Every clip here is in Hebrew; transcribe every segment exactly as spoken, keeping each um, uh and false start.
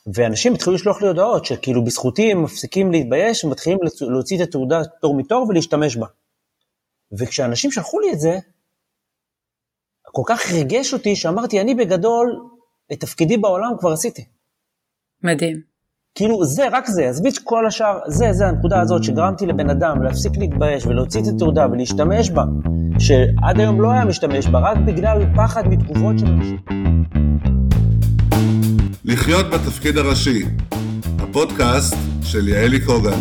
ואנשים התחילו לשלוח לי הודעות, שכאילו בזכותי הם מפסיקים להתבייש, הם מתחילים להוציא את התעודה תור מתור ולהשתמש בה. וכשאנשים שלחו לי את זה, כל כך ריגש אותי, שאמרתי, אני בגדול, את תפקידי בעולם כבר עשיתי. מדהים. כאילו, זה, רק זה, עזבי את כל השאר, זה, זה הנקודה הזאת, שגרמתי לבן אדם להפסיק להתבייש, ולהוציא את התעודה ולהשתמש בה, שעד היום לא היה משתמש בה, רק בגלל פחד מתגובות של אנשים. לחיות בתפקיד הראשי, הפודקאסט של יעלי קוגן.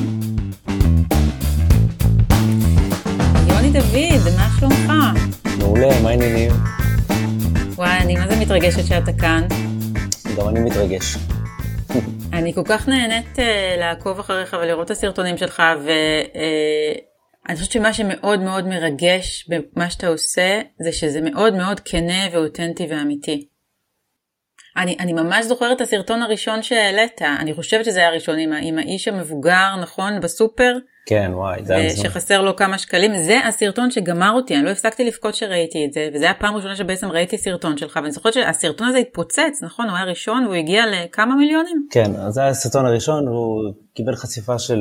יוני דוד, מה שלומך? מעולה, מה העניינים? וואי, אני מה זה מתרגשת שאתה כאן? גם אני מתרגש. אני כל כך נהנית uh, לעקוב אחריך ולראות את הסרטונים שלך, ואני uh, חושבת שמה שמאוד מאוד מרגש במה שאתה עושה, זה שזה מאוד מאוד כנה ואותנטי ואמיתי. אני, אני ממש זוכרת את הסרטון הראשון שהעלית, אני חושבת שזה היה הראשון עם, עם האיש המבוגר, נכון, בסופר? כן, וואי, זה היה שחסר לו כמה שקלים, זה הסרטון שגמר אותי, אני לא הפסקתי לפקוד שראיתי את זה, וזה היה פעם ראשונה שבעצם ראיתי סרטון שלך, ואני זוכרת שהסרטון הזה התפוצץ, נכון, הוא היה ראשון, והוא הגיע לכמה מיליונים? כן, אז זה היה הסרטון הראשון, והוא קיבל חשיפה של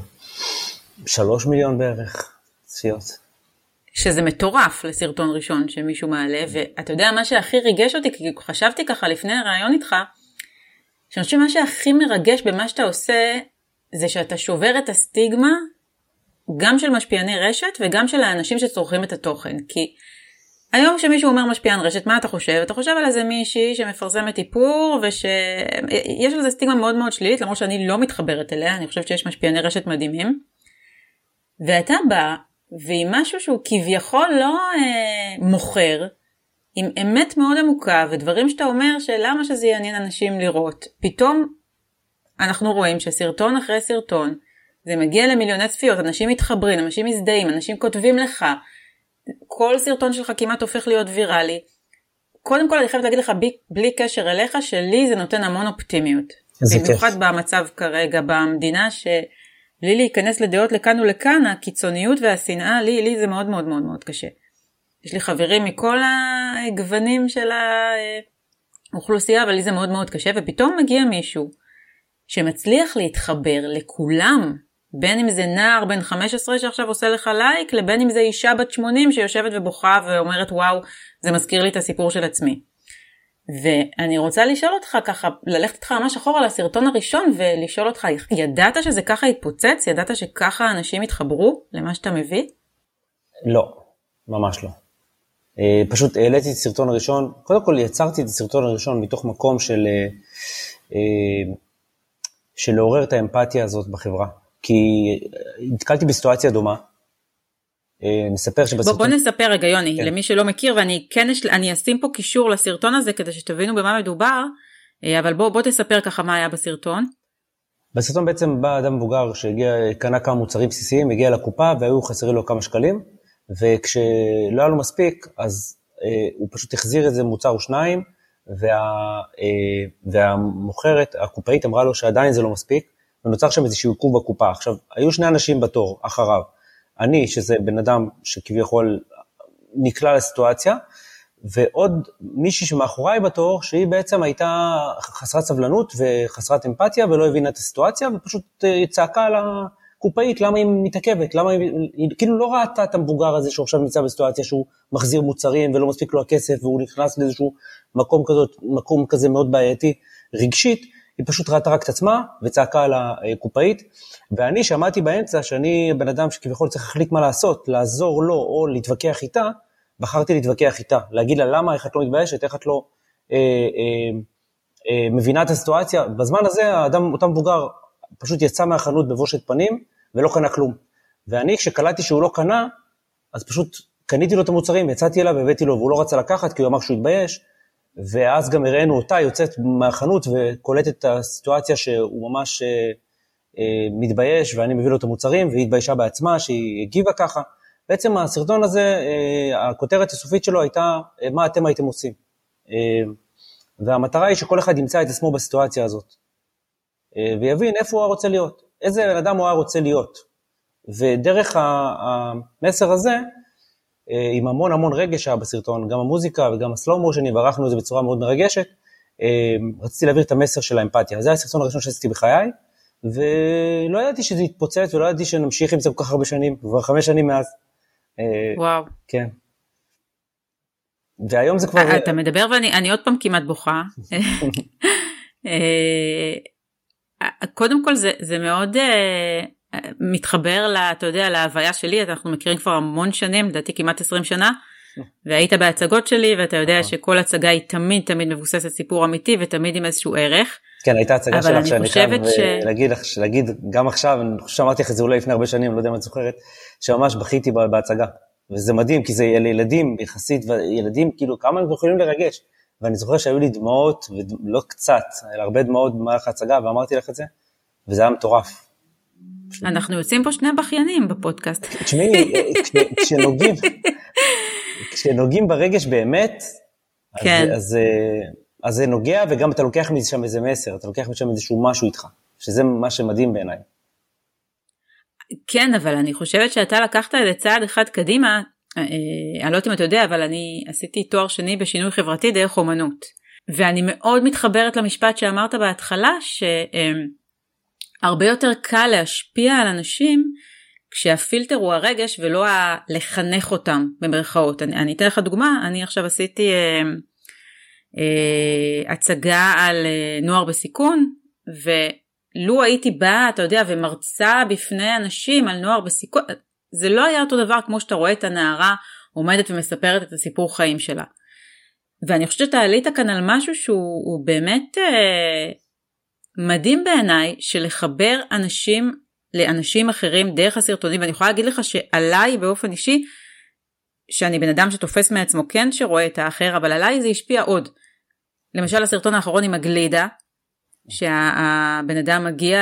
שלוש מיליון בערך צפיות. שזה מטורף לסרטון ראשון שמישהו מעלה, ואתה יודע מה שהכי ריגש אותי, כי חשבתי ככה לפני הרעיון איתך, שאני חושב מה שהכי מרגש במה שאתה עושה, זה שאתה שובר את הסטיגמה, גם של משפיעני רשת, וגם של האנשים שצורכים את התוכן, כי היום כשמישהו אומר משפיען רשת, מה אתה חושב? אתה חושב על איזה מישהי שמפרסמת איפור, ושיש על זה סטיגמה מאוד מאוד שלילית, למרות שאני לא מתחברת אליה, אני חושבת שיש משפיעני רשת מדהימים, ואתה בא, ועם משהו שהוא כביכול לא אה, מוכר, עם אמת מאוד עמוקה, ודברים שאתה אומר שלמה שזה יעניין אנשים לראות, פתאום אנחנו רואים שסרטון אחרי סרטון, זה מגיע למיליוני צפיות, אנשים מתחברים, אנשים מזדהים, אנשים כותבים לך, כל סרטון שלך כמעט הופך להיות ויראלי. קודם כל אני חייבת להגיד לך, בלי, בלי קשר אליך, שלי זה נותן המון אופטימיות. במיוחד במצב כרגע, במדינה ש... בלי להיכנס לדעות לכאן ולכאן, הקיצוניות והשנאה, לי, לי זה מאוד מאוד מאוד מאוד קשה. יש לי חברים מכל הגוונים של האוכלוסייה, אבל לי זה מאוד מאוד קשה, ופתאום מגיע מישהו שמצליח להתחבר לכולם, בין אם זה נער בן חמש עשרה שעכשיו עושה לך לייק, לבין אם זה אישה בת שמונים שיושבת ובוכה ואומרת וואו, זה מזכיר לי את הסיפור של עצמי. ואני רוצה לשאול אותך ככה, ללכת איתך ממש אחורה לסרטון הראשון ולשאול אותך, ידעת שזה ככה התפוצץ? ידעת שככה אנשים התחברו למה שאתה מביא? לא, ממש לא. פשוט העליתי את הסרטון הראשון, קודם כל יצרתי את הסרטון הראשון מתוך מקום של, של לעורר את האמפתיה הזאת בחברה. כי התקלתי בסיטואציה דומה, נספר שבסרטון... בוא, בוא נספר רגע יוני, כן. למי שלא מכיר, ואני כן, אני אשים פה קישור לסרטון הזה, כדי שתבינו במה מדובר, אבל בוא, בוא תספר ככה מה היה בסרטון. בסרטון בעצם בא אדם מבוגר שהגיע, קנה כמה מוצרים בסיסיים, הגיע לקופה והיו חסרים לו כמה שקלים, וכשלא היה לו מספיק, אז אה, הוא פשוט החזיר איזה מוצר או שניים, וה, אה, והמוכרת, הקופאית אמרה לו שעדיין זה לא מספיק, ונוצר שם איזשהו עיכוב בקופה. עכשיו, היו שני אנשים בתור אחריו, אני, שזה בן אדם שכביכול נקלע לסיטואציה, ועוד מישהי שמאחוריי בתור, שהיא בעצם הייתה חסרת סבלנות וחסרת אמפתיה, ולא הבינה את הסיטואציה, ופשוט צעקה על הקופאית, למה היא מתעכבת, למה היא, היא כאילו לא ראתה את המבוגר הזה, שהוא עכשיו נמצא בסיטואציה, שהוא מחזיר מוצרים, ולא מספיק לו הכסף, והוא נכנס לאיזשהו מקום כזאת, מקום כזה מאוד בעייתי, רגשית, היא פשוט ראתה רק את עצמה, וצעקה על הקופאית, ואני שמעתי באמצע, שאני בן אדם שכביכול צריך להחליט מה לעשות, לעזור לו, או להתווכח איתה, בחרתי להתווכח איתה, להגיד לה למה, איך את לא מתביישת, איך את לא אה, אה, אה, מבינה את הסיטואציה. בזמן הזה, האדם, אותם מבוגר, פשוט יצא מהחנות בבושת פנים, ולא קנה כלום. ואני, כשקלטתי שהוא לא קנה, אז פשוט קניתי לו את המוצרים, יצאתי אליו והבאתי לו, והוא לא רצה לקחת, כי הוא אמר שהוא התבייש, ואז גם הראינו אותה יוצאת מהחנות וקולטת את הסיטואציה שהוא ממש אה, אה, מתבייש, ואני מביא לו את המוצרים, והיא התביישה בעצמה שהיא הגיבה ככה. בעצם הסרטון הזה, אה, הכותרת הסופית שלו הייתה, אה, מה אתם הייתם עושים? אה, והמטרה היא שכל אחד ימצא את עצמו בסיטואציה הזאת, אה, ויבין איפה הוא רוצה להיות, איזה אדם הוא רוצה להיות. ודרך המסר הזה, עם המון המון רגש בסרטון, גם המוזיקה וגם הסלואו מושן, וערכנו את זה בצורה מאוד מרגשת, רציתי להעביר את המסר של האמפתיה. זה היה הסרטון הראשון שעשיתי בחיי, ולא ידעתי שזה יתפוצץ, ולא ידעתי שנמשיך עם זה כל כך הרבה שנים, כבר חמש שנים מאז. וואו. כן. והיום זה כבר... אתה מדבר ואני עוד פעם כמעט בוכה. קודם כל זה, זה מאוד מתחבר, אתה יודע, להוויה שלי, אנחנו מכירים כבר המון שנים, לדעתי כמעט עשרים שנה, והיית בהצגות שלי, ואתה יודע שכל הצגה היא תמיד תמיד מבוססת סיפור אמיתי, ותמיד עם איזשהו ערך. כן, הייתה הצגה שלך שאני חייב להגיד, להגיד גם עכשיו, אני חושב שאמרתי לך את זה אולי לפני הרבה שנים, לא יודע אם את זוכרת, שממש בכיתי בהצגה, וזה מדהים, כי זה ילדים יחסית, וילדים כאילו כמה הם יכולים לרגש, ואני זוכר שהיו לי דמעות, ולא קצת, אלא הרבה דמעות במהלך ההצגה, ואמרתי לך את זה, וזה היה מטורף. אנחנו יוצאים פה שני בחיינים בפודקאסט. תשמעי, כשנוגעים, כשנוגעים ברגש באמת, כן. אז, אז זה נוגע, וגם אתה לוקח משם איזה מסר, אתה לוקח משם איזשהו משהו איתך, שזה מה שמדהים בעיניי. כן, אבל אני חושבת שאתה לקחת את זה צעד אחד קדימה, אני לא יודעת אם אתה יודע, אבל אני עשיתי תואר שני בשינוי חברתי דרך אומנות, ואני מאוד מתחברת למשפט שאמרת בהתחלה, שהרבה יותר קל להשפיע על אנשים, כשהפילטר הוא הרגש ולא לחנך אותם במרכאות. אני, אני אתן לך דוגמה, אני עכשיו עשיתי אה, אה, הצגה על אה, נוער בסיכון, ולו הייתי באה, אתה יודע, ומרצה בפני אנשים על נוער בסיכון, זה לא היה אותו דבר כמו שאתה רואה את הנערה עומדת ומספרת את הסיפור חיים שלה. ואני חושבת שאתה עלית כאן על משהו שהוא באמת אה, מדהים בעיניי, שלחבר אנשים לאנשים אחרים דרך הסרטונים, ואני יכולה להגיד לך שעליי באופן אישי, שאני בן אדם שתופס מעצמו כן שרואה את האחר, אבל עליי זה השפיע עוד. למשל הסרטון האחרון עם הגלידה, שהבן אדם מגיע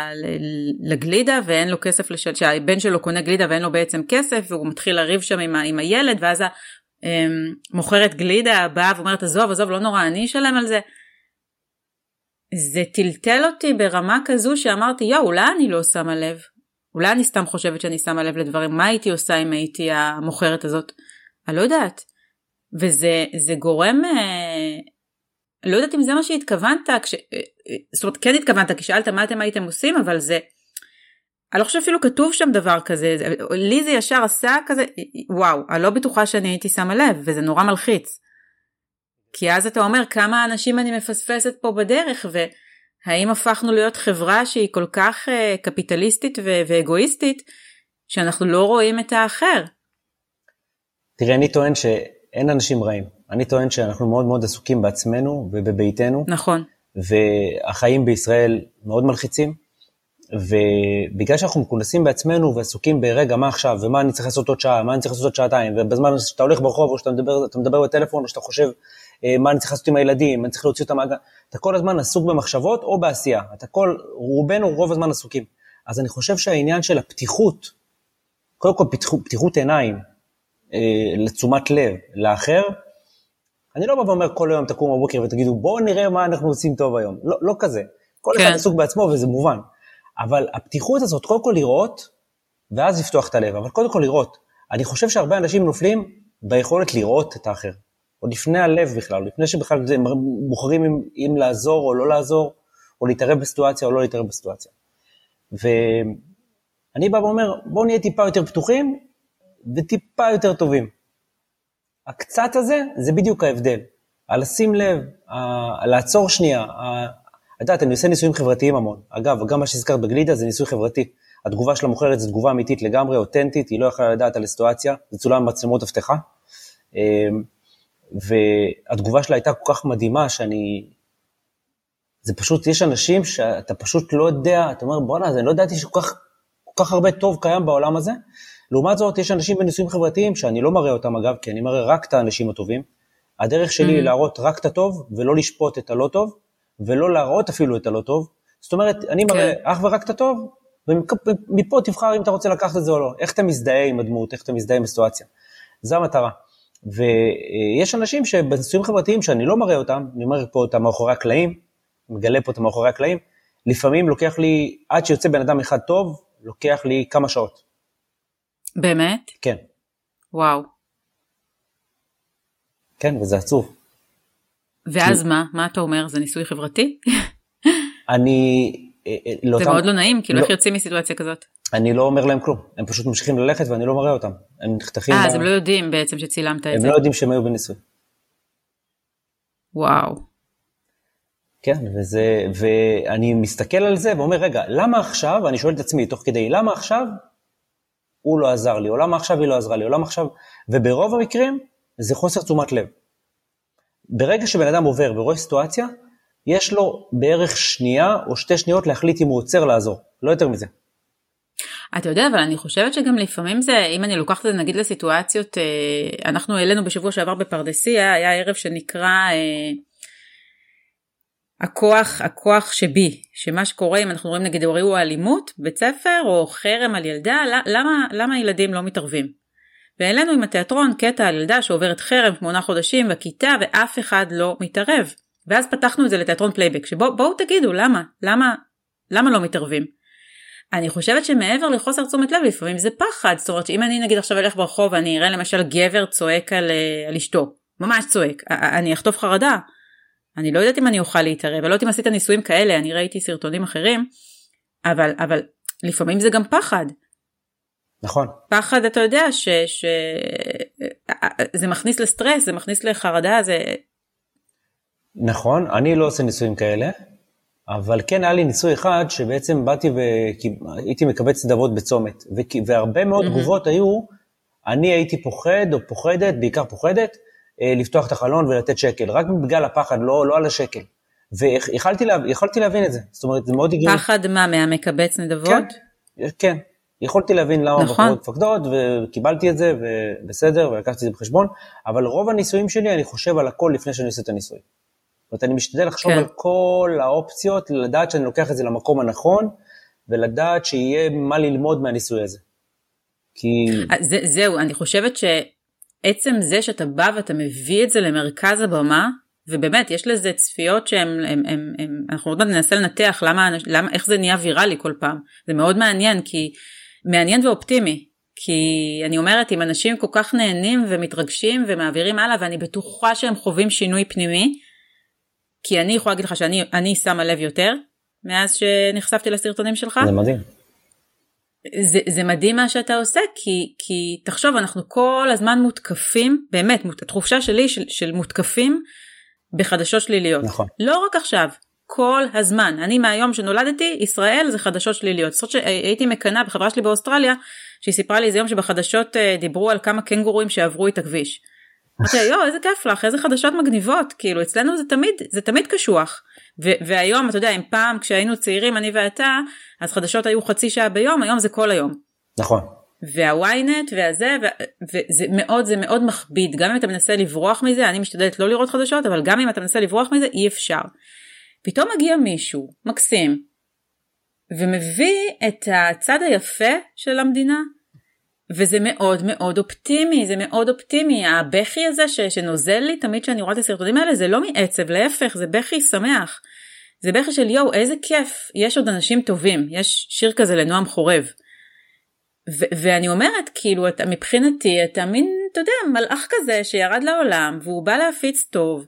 לגלידה ואין לו כסף, לשל... שהבן שלו קונה גלידה ואין לו בעצם כסף, והוא מתחיל לריב שם עם, ה... עם הילד, ואז המוכרת גלידה באה ואומרת, עזוב, עזוב, לא נורא, אני אשלם על זה. זה טלטל אותי ברמה כזו שאמרתי, יו, אולי אני לא שמה לב, אולי אני סתם חושבת שאני שמה לב לדברים, מה הייתי עושה אם הייתי המוכרת הזאת? אני לא יודעת. וזה זה גורם, לא יודעת אם זה מה שהתכוונת, כש, זאת אומרת, כן התכוונת, כי שאלת מה אתם הייתם עושים, אבל זה, אני לא חושב אפילו כתוב שם דבר כזה, לי זה ישר עשה כזה, וואו, אני לא בטוחה שאני הייתי שמה לב, וזה נורא מלחיץ. כי אז אתה אומר כמה אנשים אני מפספסת פה בדרך, והאם הפכנו להיות חברה שהיא כל כך uh, קפיטליסטית ו- ואגואיסטית, שאנחנו לא רואים את האחר. תראה, אני טוען שאין אנשים רעים. אני טוען שאנחנו מאוד מאוד עסוקים בעצמנו ובביתנו. נכון. והחיים בישראל מאוד מלחיצים, ובגלל שאנחנו מכונסים בעצמנו ועסוקים ברגע מה עכשיו, ומה אני צריך לעשות עוד שעה, מה אני צריך לעשות עוד שעתיים, ובזמן שאתה הולך ברחוב או שאתה מדבר, אתה מדבר בטלפון או שאתה חושב מה אני צריך לעשות עם הילדים, אני צריך להוציא אותם מהגן, אתה כל הזמן עסוק במחשבות או בעשייה, אתה כל, רובנו רוב הזמן עסוקים. אז אני חושב שהעניין של הפתיחות, קודם כל פתיחות, פתיחות עיניים, לתשומת לב, לאחר, אני לא בא ואומר כל היום תקום בבוקר ותגידו בואו נראה מה אנחנו עושים טוב היום, לא, לא כזה, כל אחד עסוק בעצמו וזה מובן, אבל הפתיחות הזאת קודם כל לראות, ואז לפתוח את הלב, אבל קודם כל לראות, אני חושב שהרבה אנשים נופלים ביכולת לראות את האחר, או לפני הלב בכלל, לפני שבכלל הם בוחרים אם, אם לעזור או לא לעזור, או להתערב בסיטואציה או לא להתערב בסיטואציה. ואני בא ואומר, בואו נהיה טיפה יותר פתוחים, וטיפה יותר טובים. הקצת הזה, זה בדיוק ההבדל. על לשים לב, על לעצור שנייה, יודעת, אני עושה ניסויים חברתיים המון. אגב, גם מה שהזכרת בגלידה זה ניסוי חברתי. התגובה של המוכרת זו תגובה אמיתית לגמרי, אותנטית, היא לא יכולה לדעת על הסיטואציה, זה צולם מצלמות הבטחה. והתגובה שלה הייתה כל כך מדהימה שאני, זה פשוט, יש אנשים שאתה פשוט לא יודע, אתה אומר, בוא'נה, אני לא ידעתי שכל כך, כל כך הרבה טוב קיים בעולם הזה. לעומת זאת, יש אנשים בניסויים חברתיים שאני לא מראה אותם אגב, כי אני מראה רק את האנשים הטובים. הדרך שלי היא להראות רק את הטוב, ולא לשפוט את הלא טוב, ולא להראות אפילו את הלא טוב. זאת אומרת, אני מראה אך ורק את הטוב, ומפה תבחר אם אתה רוצה לקחת את זה או לא. איך אתה מזדהה עם הדמות, איך אתה מזדהה עם הסיטואציה. זו המטרה. ויש אנשים שבניסויים חברתיים שאני לא מראה אותם, אני מראה פה אותם מאחורי הקלעים, מגלה פה אותם מאחורי הקלעים, לפעמים לוקח לי, עד שיוצא בן אדם אחד טוב, לוקח לי כמה שעות. באמת? ואז מה? מה אתה אומר? זה ניסוי חברתי? אני... זה מאוד לא נעים, כאילו איך יוצאים מסיטואציה כזאת? אני לא אומר להם כלום, הם פשוט ממשיכים ללכת ואני לא מראה אותם. הם נחתכים... אה, אז הם לא יודעים בעצם שצילמת את זה. הם לא יודעים שהם היו בניסוי. וואו. כן, וזה, ואני מסתכל על זה ואומר, רגע, למה עכשיו, אני שואל את עצמי תוך כדי, למה עכשיו הוא לא עזר לי, או למה עכשיו היא לא עזרה לי, או למה עכשיו, וברוב המקרים זה חוסר תשומת לב. ברגע שבן אדם עובר ורואה סיטואציה, יש לו בערך שנייה או שתי שניות להחליט אם הוא עוצר לעזור, לא יותר מזה. אתה יודע, אבל אני חושבת שגם לפעמים זה, אם אני לוקחת את זה נגיד לסיטואציות, אנחנו העלינו בשבוע שעבר בפרדסיה, היה ערב שנקרא הכוח, הכוח שבי, שמה שקורה אם אנחנו רואים נגיד אירוע אלימות בית ספר או חרם על ילדה, למה, למה ילדים לא מתערבים? והעלינו עם התיאטרון קטע על ילדה שעוברת חרם שמונה חודשים בכיתה ואף אחד לא מתערב. ואז פתחנו את זה לתיאטרון פלייבק, שבואו בוא תגידו למה, למה, למה לא מתערבים? אני חושבת שמעבר לחוסר תשומת לב, לפעמים זה פחד, זאת אומרת שאם אני נגיד עכשיו אלך ברחוב ואני אראה למשל גבר צועק על, על אשתו, ממש צועק, אני אחטוף חרדה, אני לא יודעת אם אני אוכל להתערב, אני לא יודעת אם עשית ניסויים כאלה, אני ראיתי סרטונים אחרים, אבל, אבל לפעמים זה גם פחד. נכון. פחד אתה יודע ש, ש... זה מכניס לסטרס, זה מכניס לחרדה, זה... נכון, אני לא עושה ניסויים כאלה, אבל כן היה לי ניסוי אחד שבעצם באתי והייתי מקבץ נדבות בצומת, והרבה מאוד תגובות היו, אני הייתי פוחד או פוחדת, בעיקר פוחדת, לפתוח את החלון ולתת שקל, רק בגלל הפחד, לא, לא על השקל. ויכולתי לה, יכולתי להבין את זה, זאת אומרת, זה מאוד הגיוני. פחד מה, מהמקבץ נדבות? כן, כן. יכולתי להבין למה נכון. בחורות מפקדות, וקיבלתי את זה, ובסדר, ולקחתי את זה בחשבון, אבל רוב הניסויים שלי, אני חושב על הכל לפני שאני עושה את הניסוי. זאת אומרת, אני משתדל לחשוב כן. על כל האופציות, לדעת שאני לוקח את זה למקום הנכון, ולדעת שיהיה מה ללמוד מהניסוי הזה. כי... זה, זהו, אני חושבת שעצם זה שאתה בא ואתה מביא את זה למרכז הבמה, ובאמת, יש לזה צפיות שהן, הם, הם, הם, אנחנו עוד מעט ננסה לנתח למה, למה, איך זה נהיה ויראלי כל פעם. זה מאוד מעניין, כי מעניין ואופטימי. כי אני אומרת, אם אנשים כל כך נהנים ומתרגשים ומעבירים הלאה, ואני בטוחה שהם חווים שינוי פנימי, כי אני יכולה להגיד לך שאני אני שמה לב יותר, מאז שנחשפתי לסרטונים שלך. זה מדהים. זה, זה מדהים מה שאתה עושה, כי, כי תחשוב, אנחנו כל הזמן מותקפים, באמת, התחושה שלי של, של מותקפים, בחדשות שליליות. נכון. לא רק עכשיו, כל הזמן. אני מהיום שנולדתי, ישראל זה חדשות שליליות. זאת שהייתי מקנה בחברה שלי באוסטרליה, שהיא סיפרה לי איזה יום שבחדשות דיברו על כמה קנגורים שעברו את הכביש. אמרתי, יו, איזה כיף לך, איזה חדשות מגניבות. כאילו, אצלנו זה תמיד, זה תמיד קשוח. ו- והיום, אתה יודע, אם פעם כשהיינו צעירים, אני ואתה, אז חדשות היו חצי שעה ביום, היום זה כל היום. נכון. והוויינט והזה, וזה מאוד, זה מאוד מכביד, גם אם אתה מנסה לברוח מזה, אני משתדלת לא לראות חדשות, אבל גם אם אתה מנסה לברוח מזה, אי אפשר. פתאום מגיע מישהו, מקסים, ומביא את הצד היפה של המדינה, וזה מאוד מאוד אופטימי, זה מאוד אופטימי, הבכי הזה ש, שנוזל לי, תמיד שאני רואה את הסרטונים האלה, זה לא מעצב, להפך, זה בכי שמח, זה בכי של יו, איזה כיף, יש עוד אנשים טובים, יש שיר כזה לנועם חורב, ו- ואני אומרת, כאילו, אתה, מבחינתי, אתה מין, אתה יודע, מלאך כזה שירד לעולם, והוא בא להפיץ טוב,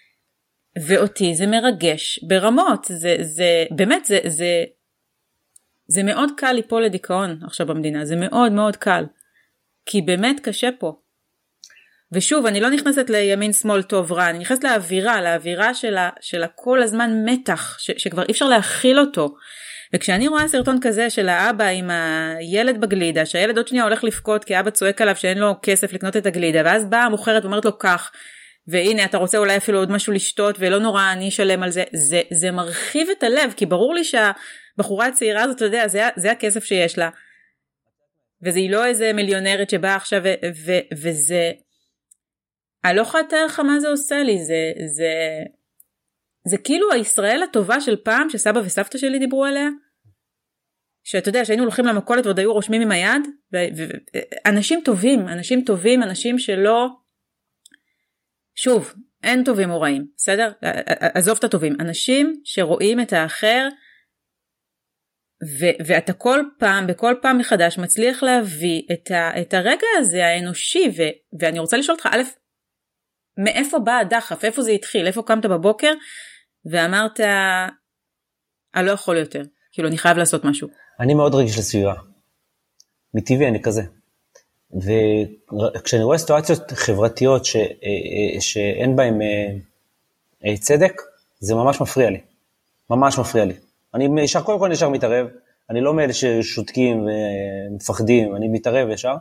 ואותי זה מרגש ברמות, זה, זה, באמת, זה, זה, זה מאוד קל ליפול לדיכאון עכשיו במדינה, זה מאוד מאוד קל, כי באמת קשה פה. ושוב, אני לא נכנסת לימין שמאל טוב רע, אני נכנסת לאווירה, לאווירה של, ה, של כל הזמן מתח, ש, שכבר אי אפשר להכיל אותו, וכשאני רואה סרטון כזה של האבא עם הילד בגלידה, שהילד עוד שנייה הולך לפקוד כי האבא צועק עליו שאין לו כסף לקנות את הגלידה, ואז באה המוכרת ואומרת לו כך, והנה אתה רוצה אולי אפילו עוד משהו לשתות, ולא נורא אני אשלם על זה, זה, זה מרחיב את הלב, כי ברור לי שהבחורה הצעירה הזאת, אתה יודע, זה, זה הכסף שיש לה, וזה היא לא איזה מיליונרת שבאה עכשיו, ו, ו, וזה, אני לא יכולה לתאר לך מה זה עושה לי, זה, זה, זה כאילו הישראל הטובה של פעם, שסבא וסבתא שלי דיברו עליה, שאתה יודע, שהיינו הולכים למכולת ועוד היו רושמים עם היד, אנשים טובים, אנשים טובים, אנשים שלא, שוב, אין טובים או רעים, בסדר? עזוב את הטובים, אנשים שרואים את האחר, ו- ואתה כל פעם, בכל פעם מחדש, מצליח להביא את, ה- את הרגע הזה האנושי, ו- ואני רוצה לשאול אותך, א', מאיפה בא הדחף, איפה זה התחיל, איפה קמת בבוקר, ואמרת, אני לא יכול יותר, כאילו אני חייב לעשות משהו. אני מאוד רגיש לסביבה, מטבעי אני כזה, וכשאני רואה סיטואציות חברתיות ש... שאין בהן צדק, זה ממש מפריע לי, ממש מפריע לי. אני ישר, קודם כל ישר מתערב, אני לא מאלה ששותקים ומפחדים, אני מתערב ישר.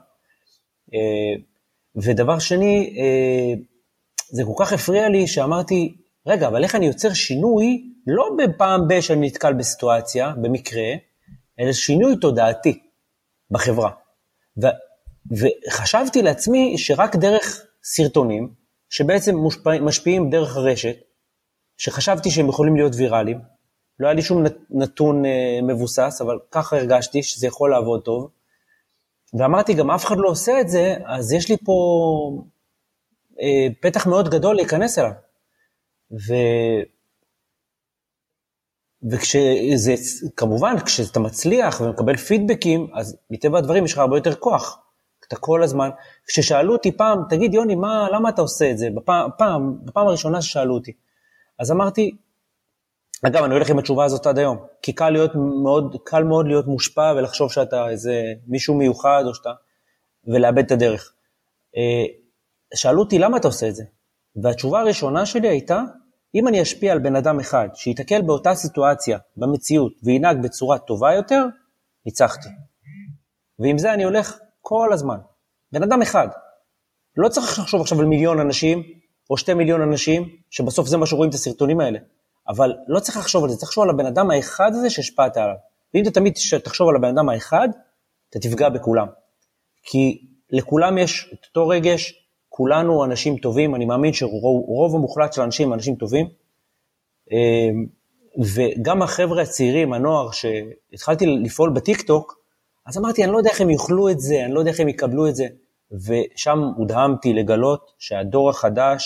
ודבר שני, זה כל כך הפריע לי שאמרתי, רגע, אבל איך אני יוצר שינוי, לא בפעם ב שאני נתקל בסיטואציה, במקרה, אלא שינוי תודעתי בחברה. ו, וחשבתי לעצמי שרק דרך סרטונים, שבעצם מושפע, משפיעים דרך הרשת, שחשבתי שהם יכולים להיות ויראליים, לא היה לי שום נתון מבוסס, אבל ככה הרגשתי שזה יכול לעבוד טוב, ואמרתי, גם אף אחד לא עושה את זה, אז יש לי פה אה, פתח מאוד גדול להיכנס אליו. ו... וכשזה, כמובן, כשאתה מצליח ומקבל פידבקים, אז מטבע הדברים יש לך הרבה יותר כוח. אתה כל הזמן, כששאלו אותי פעם, תגיד יוני, מה, למה אתה עושה את זה? בפעם, פעם, בפעם הראשונה ששאלו אותי. אז אמרתי, אגב, אני הולך עם התשובה הזאת עד היום, כי קל להיות מאוד, קל מאוד להיות מושפע ולחשוב שאתה איזה מישהו מיוחד או שאתה, ולאבד את הדרך. שאלו אותי, למה אתה עושה את זה? והתשובה הראשונה שלי הייתה, אם אני אשפיע על בן אדם אחד, שיתקל באותה סיטואציה, במציאות, וינהג בצורה טובה יותר, ניצחתי. ועם זה אני הולך כל הזמן. בן אדם אחד. לא צריך לחשוב עכשיו על מיליון אנשים, או שתי מיליון אנשים, שבסוף זה מה שרואים את הסרטונים האלה. אבל לא צריך לחשוב על זה, צריך לחשוב על הבן אדם האחד הזה שהשפעת עליו. ואם אתה תמיד תחשוב על הבן אדם האחד, אתה תפגע בכולם. כי לכולם יש את אותו רגש, כולנו אנשים טובים, אני מאמין שרוב המוחלט של האנשים אנשים טובים, וגם החבר'ה הצעירים, הנוער, שהתחלתי לפעול בטיק-טוק, אז אמרתי, אני לא יודע איך הם יאכלו את זה, אני לא יודע איך הם יקבלו את זה, ושם הודהמתי לגלות שהדור החדש,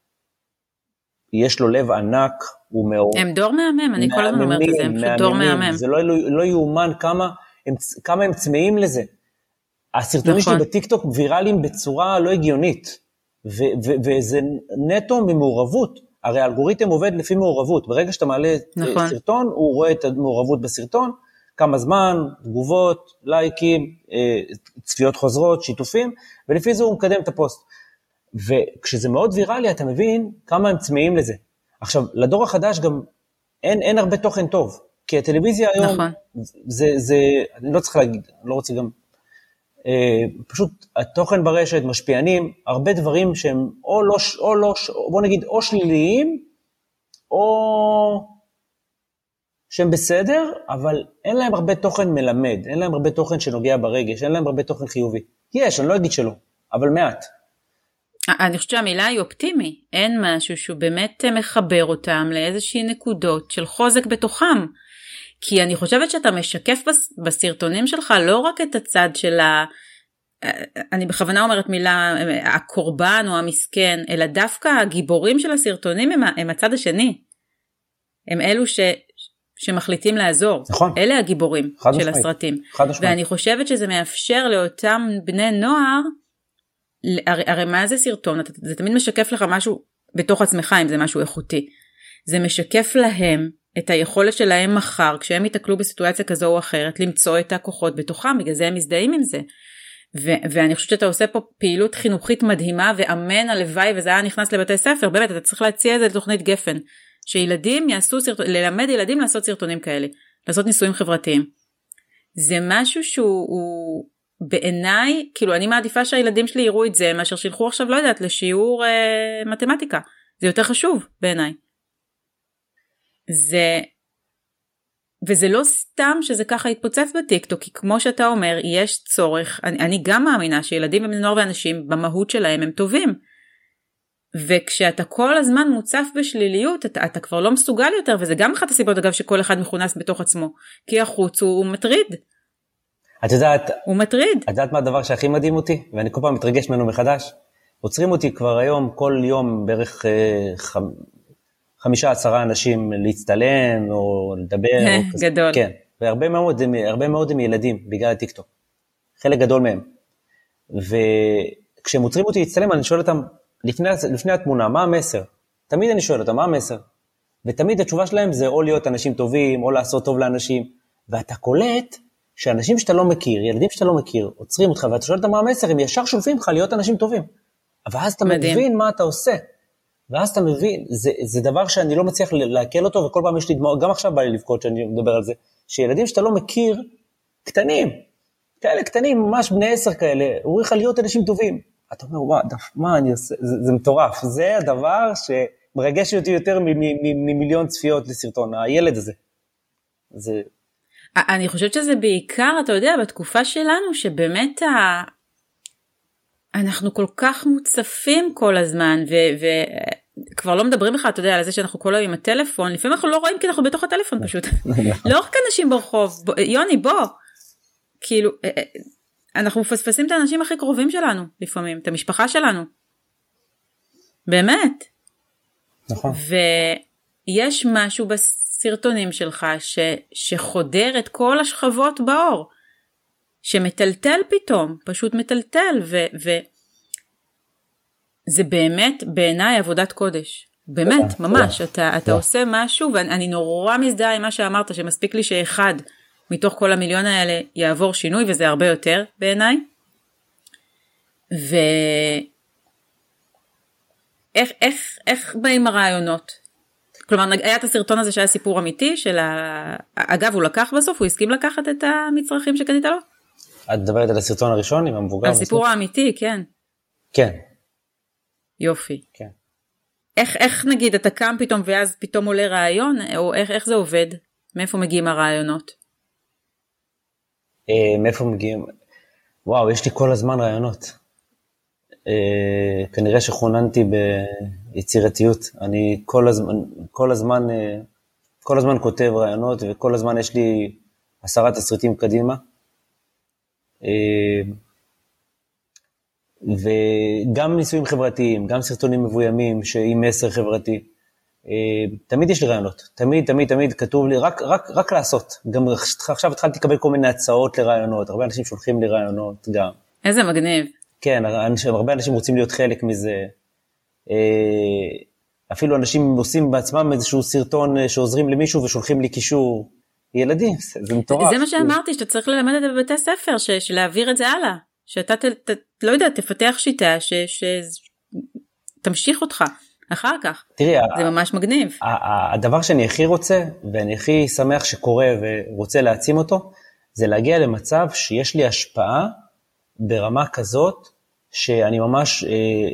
יש לו לב ענק, הוא מאור. הם דור מהמם, אני כל הזמן אומרת את זה, הם פשוט דור מהמם. זה לא, לא יאומן כמה הם, כמה הם צמאים לזה. הסרטונים נכון. שלי בטיקטוק ויראליים בצורה לא הגיונית, ו, ו, וזה נטו ממעורבות. הרי האלגוריתם עובד לפי מעורבות, ברגע שאתה מעלה נכון. סרטון, הוא רואה את המעורבות בסרטון, כמה זמן, תגובות, לייקים, צפיות חוזרות, שיתופים, ולפי זה הוא מקדם את הפוסט. וכשזה מאוד ויראלי, אתה מבין כמה הם צמאים לזה. עכשיו, לדור החדש גם אין, אין הרבה תוכן טוב, כי הטלוויזיה היום, נכון. זה, זה, אני לא צריך להגיד, אני לא רוצה גם, אה, פשוט התוכן ברשת, משפיענים, הרבה דברים שהם או לא, או לא, בוא נגיד, או שליליים, או שהם בסדר, אבל אין להם הרבה תוכן מלמד, אין להם הרבה תוכן שנוגע ברגש, אין להם הרבה תוכן חיובי. יש, אני לא אגיד שלא, אבל מעט. אני חושבת שהמילה היא אופטימי, אין משהו שהוא באמת מחבר אותם לאיזושהי נקודות של חוזק בתוכם, כי אני חושבת שאתה משקף בסרטונים שלך לא רק את הצד של ה... אני בכוונה אומרת מילה, הקורבן או המסכן, אלא דווקא הגיבורים של הסרטונים הם, הם הצד השני, הם אלו ש... שמחליטים לעזור, נכון. אלה הגיבורים של משמעית. הסרטים, ואני חושבת שזה מאפשר לאותם בני נוער, הרי, הרי מה זה סרטון? זה תמיד משקף לך משהו בתוך עצמך, אם זה משהו איכותי. זה משקף להם את היכולת שלהם מחר, כשהם יתקלו בסיטואציה כזו או אחרת, למצוא את הכוחות בתוכם, בגלל זה הם מזדהים עם זה. ו- ואני חושבת שאתה עושה פה פעילות חינוכית מדהימה, ואמן הלוואי, וזה היה נכנס לבתי ספר, באמת, אתה צריך להציע את זה לתוכנית גפן, שילדים יעשו סרטונים, ללמד ילדים לעשות סרטונים כאלה, לעשות ניסויים חברתיים. זה משהו שהוא... הוא... בעיניי, כאילו אני מעדיפה שהילדים שלי יראו את זה, מאשר שילכו עכשיו, לא יודעת, לשיעור אה, מתמטיקה. זה יותר חשוב בעיניי. זה, וזה לא סתם שזה ככה התפוצץ בטיקטוק, כי כמו שאתה אומר, יש צורך, אני, אני גם מאמינה שילדים ובני נוער ואנשים, במהות שלהם הם טובים. וכשאתה כל הזמן מוצף בשליליות, אתה, אתה כבר לא מסוגל יותר, וזה גם אחת הסיבות, אגב, שכל אחד מכונס בתוך עצמו, כי החוץ הוא מטריד. את יודעת, הוא מטריד. את יודעת מה הדבר שהכי מדהים אותי, ואני כל פעם מתרגש ממנו מחדש, עוצרים אותי כבר היום, כל יום בערך ח... חמישה עשרה אנשים להצטלם, או לדבר. או גדול. כן, והרבה מאוד, הרבה מאוד הם ילדים, בגלל הטיקטוק. חלק גדול מהם. וכשהם עוצרים אותי להצטלם, אני שואל אותם, לפני, לפני התמונה, מה המסר? תמיד אני שואל אותה, מה המסר? ותמיד התשובה שלהם זה או להיות אנשים טובים, או לעשות טוב לאנשים, ואתה קולט שאנשים שאתה לא מכיר, ילדים שאתה לא מכיר, עוצרים אותך, ואתה שואל אותם מה המסר, הם ישר שולפים לך להיות אנשים טובים. אבל אז אתה מדהים. מבין מה אתה עושה. ואז אתה מבין, זה, זה דבר שאני לא מצליח להקל אותו, וכל פעם יש לי דמעות, גם עכשיו בא לי לבכות שאני מדבר על זה, שילדים שאתה לא מכיר, קטנים, כאלה קטנים, ממש בני עשר כאלה, הוא יכול להיות אנשים טובים. אתה אומר, וואו, מה אני עושה? זה, זה מטורף. זה הדבר שמרגש אותי יותר ממיליון צפיות לסרטון, הילד הזה. זה... אני חושבת שזה בעיקר, אתה יודע, בתקופה שלנו, שבאמת ה... אנחנו כל כך מוצפים כל הזמן, וכבר לא מדברים לך, אתה יודע, על זה שאנחנו כל היום עם הטלפון, לפעמים אנחנו לא רואים כי אנחנו בתוך הטלפון פשוט. לא רק אנשים ברחוב, יוני, בוא. כאילו, אנחנו מפספסים את האנשים הכי קרובים שלנו, לפעמים, את המשפחה שלנו. באמת. נכון. ויש משהו בסרטונים שלך, ש, שחודר את כל השכבות באור. שמטלטל פתאום, פשוט מטלטל, ו, ו... זה באמת בעיניי עבודת קודש. באמת, ממש, אתה, אתה עושה משהו, ואני נורא מזדהה עם מה שאמרת, שמספיק לי שאחד מתוך כל המיליון האלה יעבור שינוי, וזה הרבה יותר בעיניי. ו... איך, איך, איך באים הרעיונות? כלומר, היה את הסרטון הזה שהיה סיפור אמיתי, של ה... אגב, הוא לקח בסוף, הוא הסכים לקחת את המצרכים שקנית לו? את מדברת על הסרטון הראשון עם המבוגר? הסיפור האמיתי, כן. כן. יופי. כן. איך, איך נגיד, אתה קם פתאום ואז פתאום עולה רעיון, או איך, איך זה עובד? מאיפה מגיעים הרעיונות? אה, מאיפה מגיעים? וואו, יש לי כל הזמן רעיונות. אה, כנראה שחוננתי ביצירתיות. אני כל הזמן, כל הזמן, אה, כל הזמן כותב רעיונות, וכל הזמן יש לי עשרה תסריטים קדימה. וגם ניסויים חברתיים, גם סרטונים מבוימים שעם מסר חברתי, תמיד יש לי רעיונות, תמיד, תמיד, תמיד כתוב לי, רק, רק, רק לעשות. גם עכשיו התחלתי לקבל כל מיני הצעות לרעיונות, הרבה אנשים שולחים לי רעיונות גם. איזה מגניב. כן, הרבה אנשים רוצים להיות חלק מזה. אפילו אנשים עושים בעצמם איזשהו סרטון שעוזרים למישהו ושולחים לי קישור. ילדים, זה מטורף. זה מה שאמרתי, שאתה צריך ללמד את זה בבתי ספר, שלהעביר את זה הלאה. שאתה, לא יודע, תפתח שיטה, שתמשיך אותך אחר כך. תראי, זה ממש מגניב. הדבר שאני הכי רוצה, ואני הכי שמח שקורה ורוצה להעצים אותו, זה להגיע למצב שיש לי השפעה ברמה כזאת, שאני ממש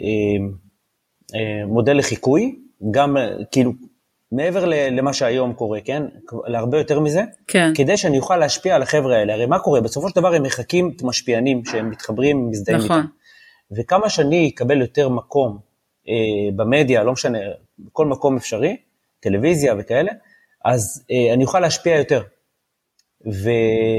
מודל לחיקוי, גם כאילו, מעבר למה שהיום קורה, כן? להרבה יותר מזה, כן. כדי שאני אוכל להשפיע על החבר'ה האלה. הרי מה קורה? בסופו של דבר הם מחכים את משפיענים שהם מתחברים, מזדהים נכון. איתם. וכמה שאני אקבל יותר מקום אה, במדיה, לא משנה, בכל מקום אפשרי, טלוויזיה וכאלה, אז אה, אני אוכל להשפיע יותר. ו...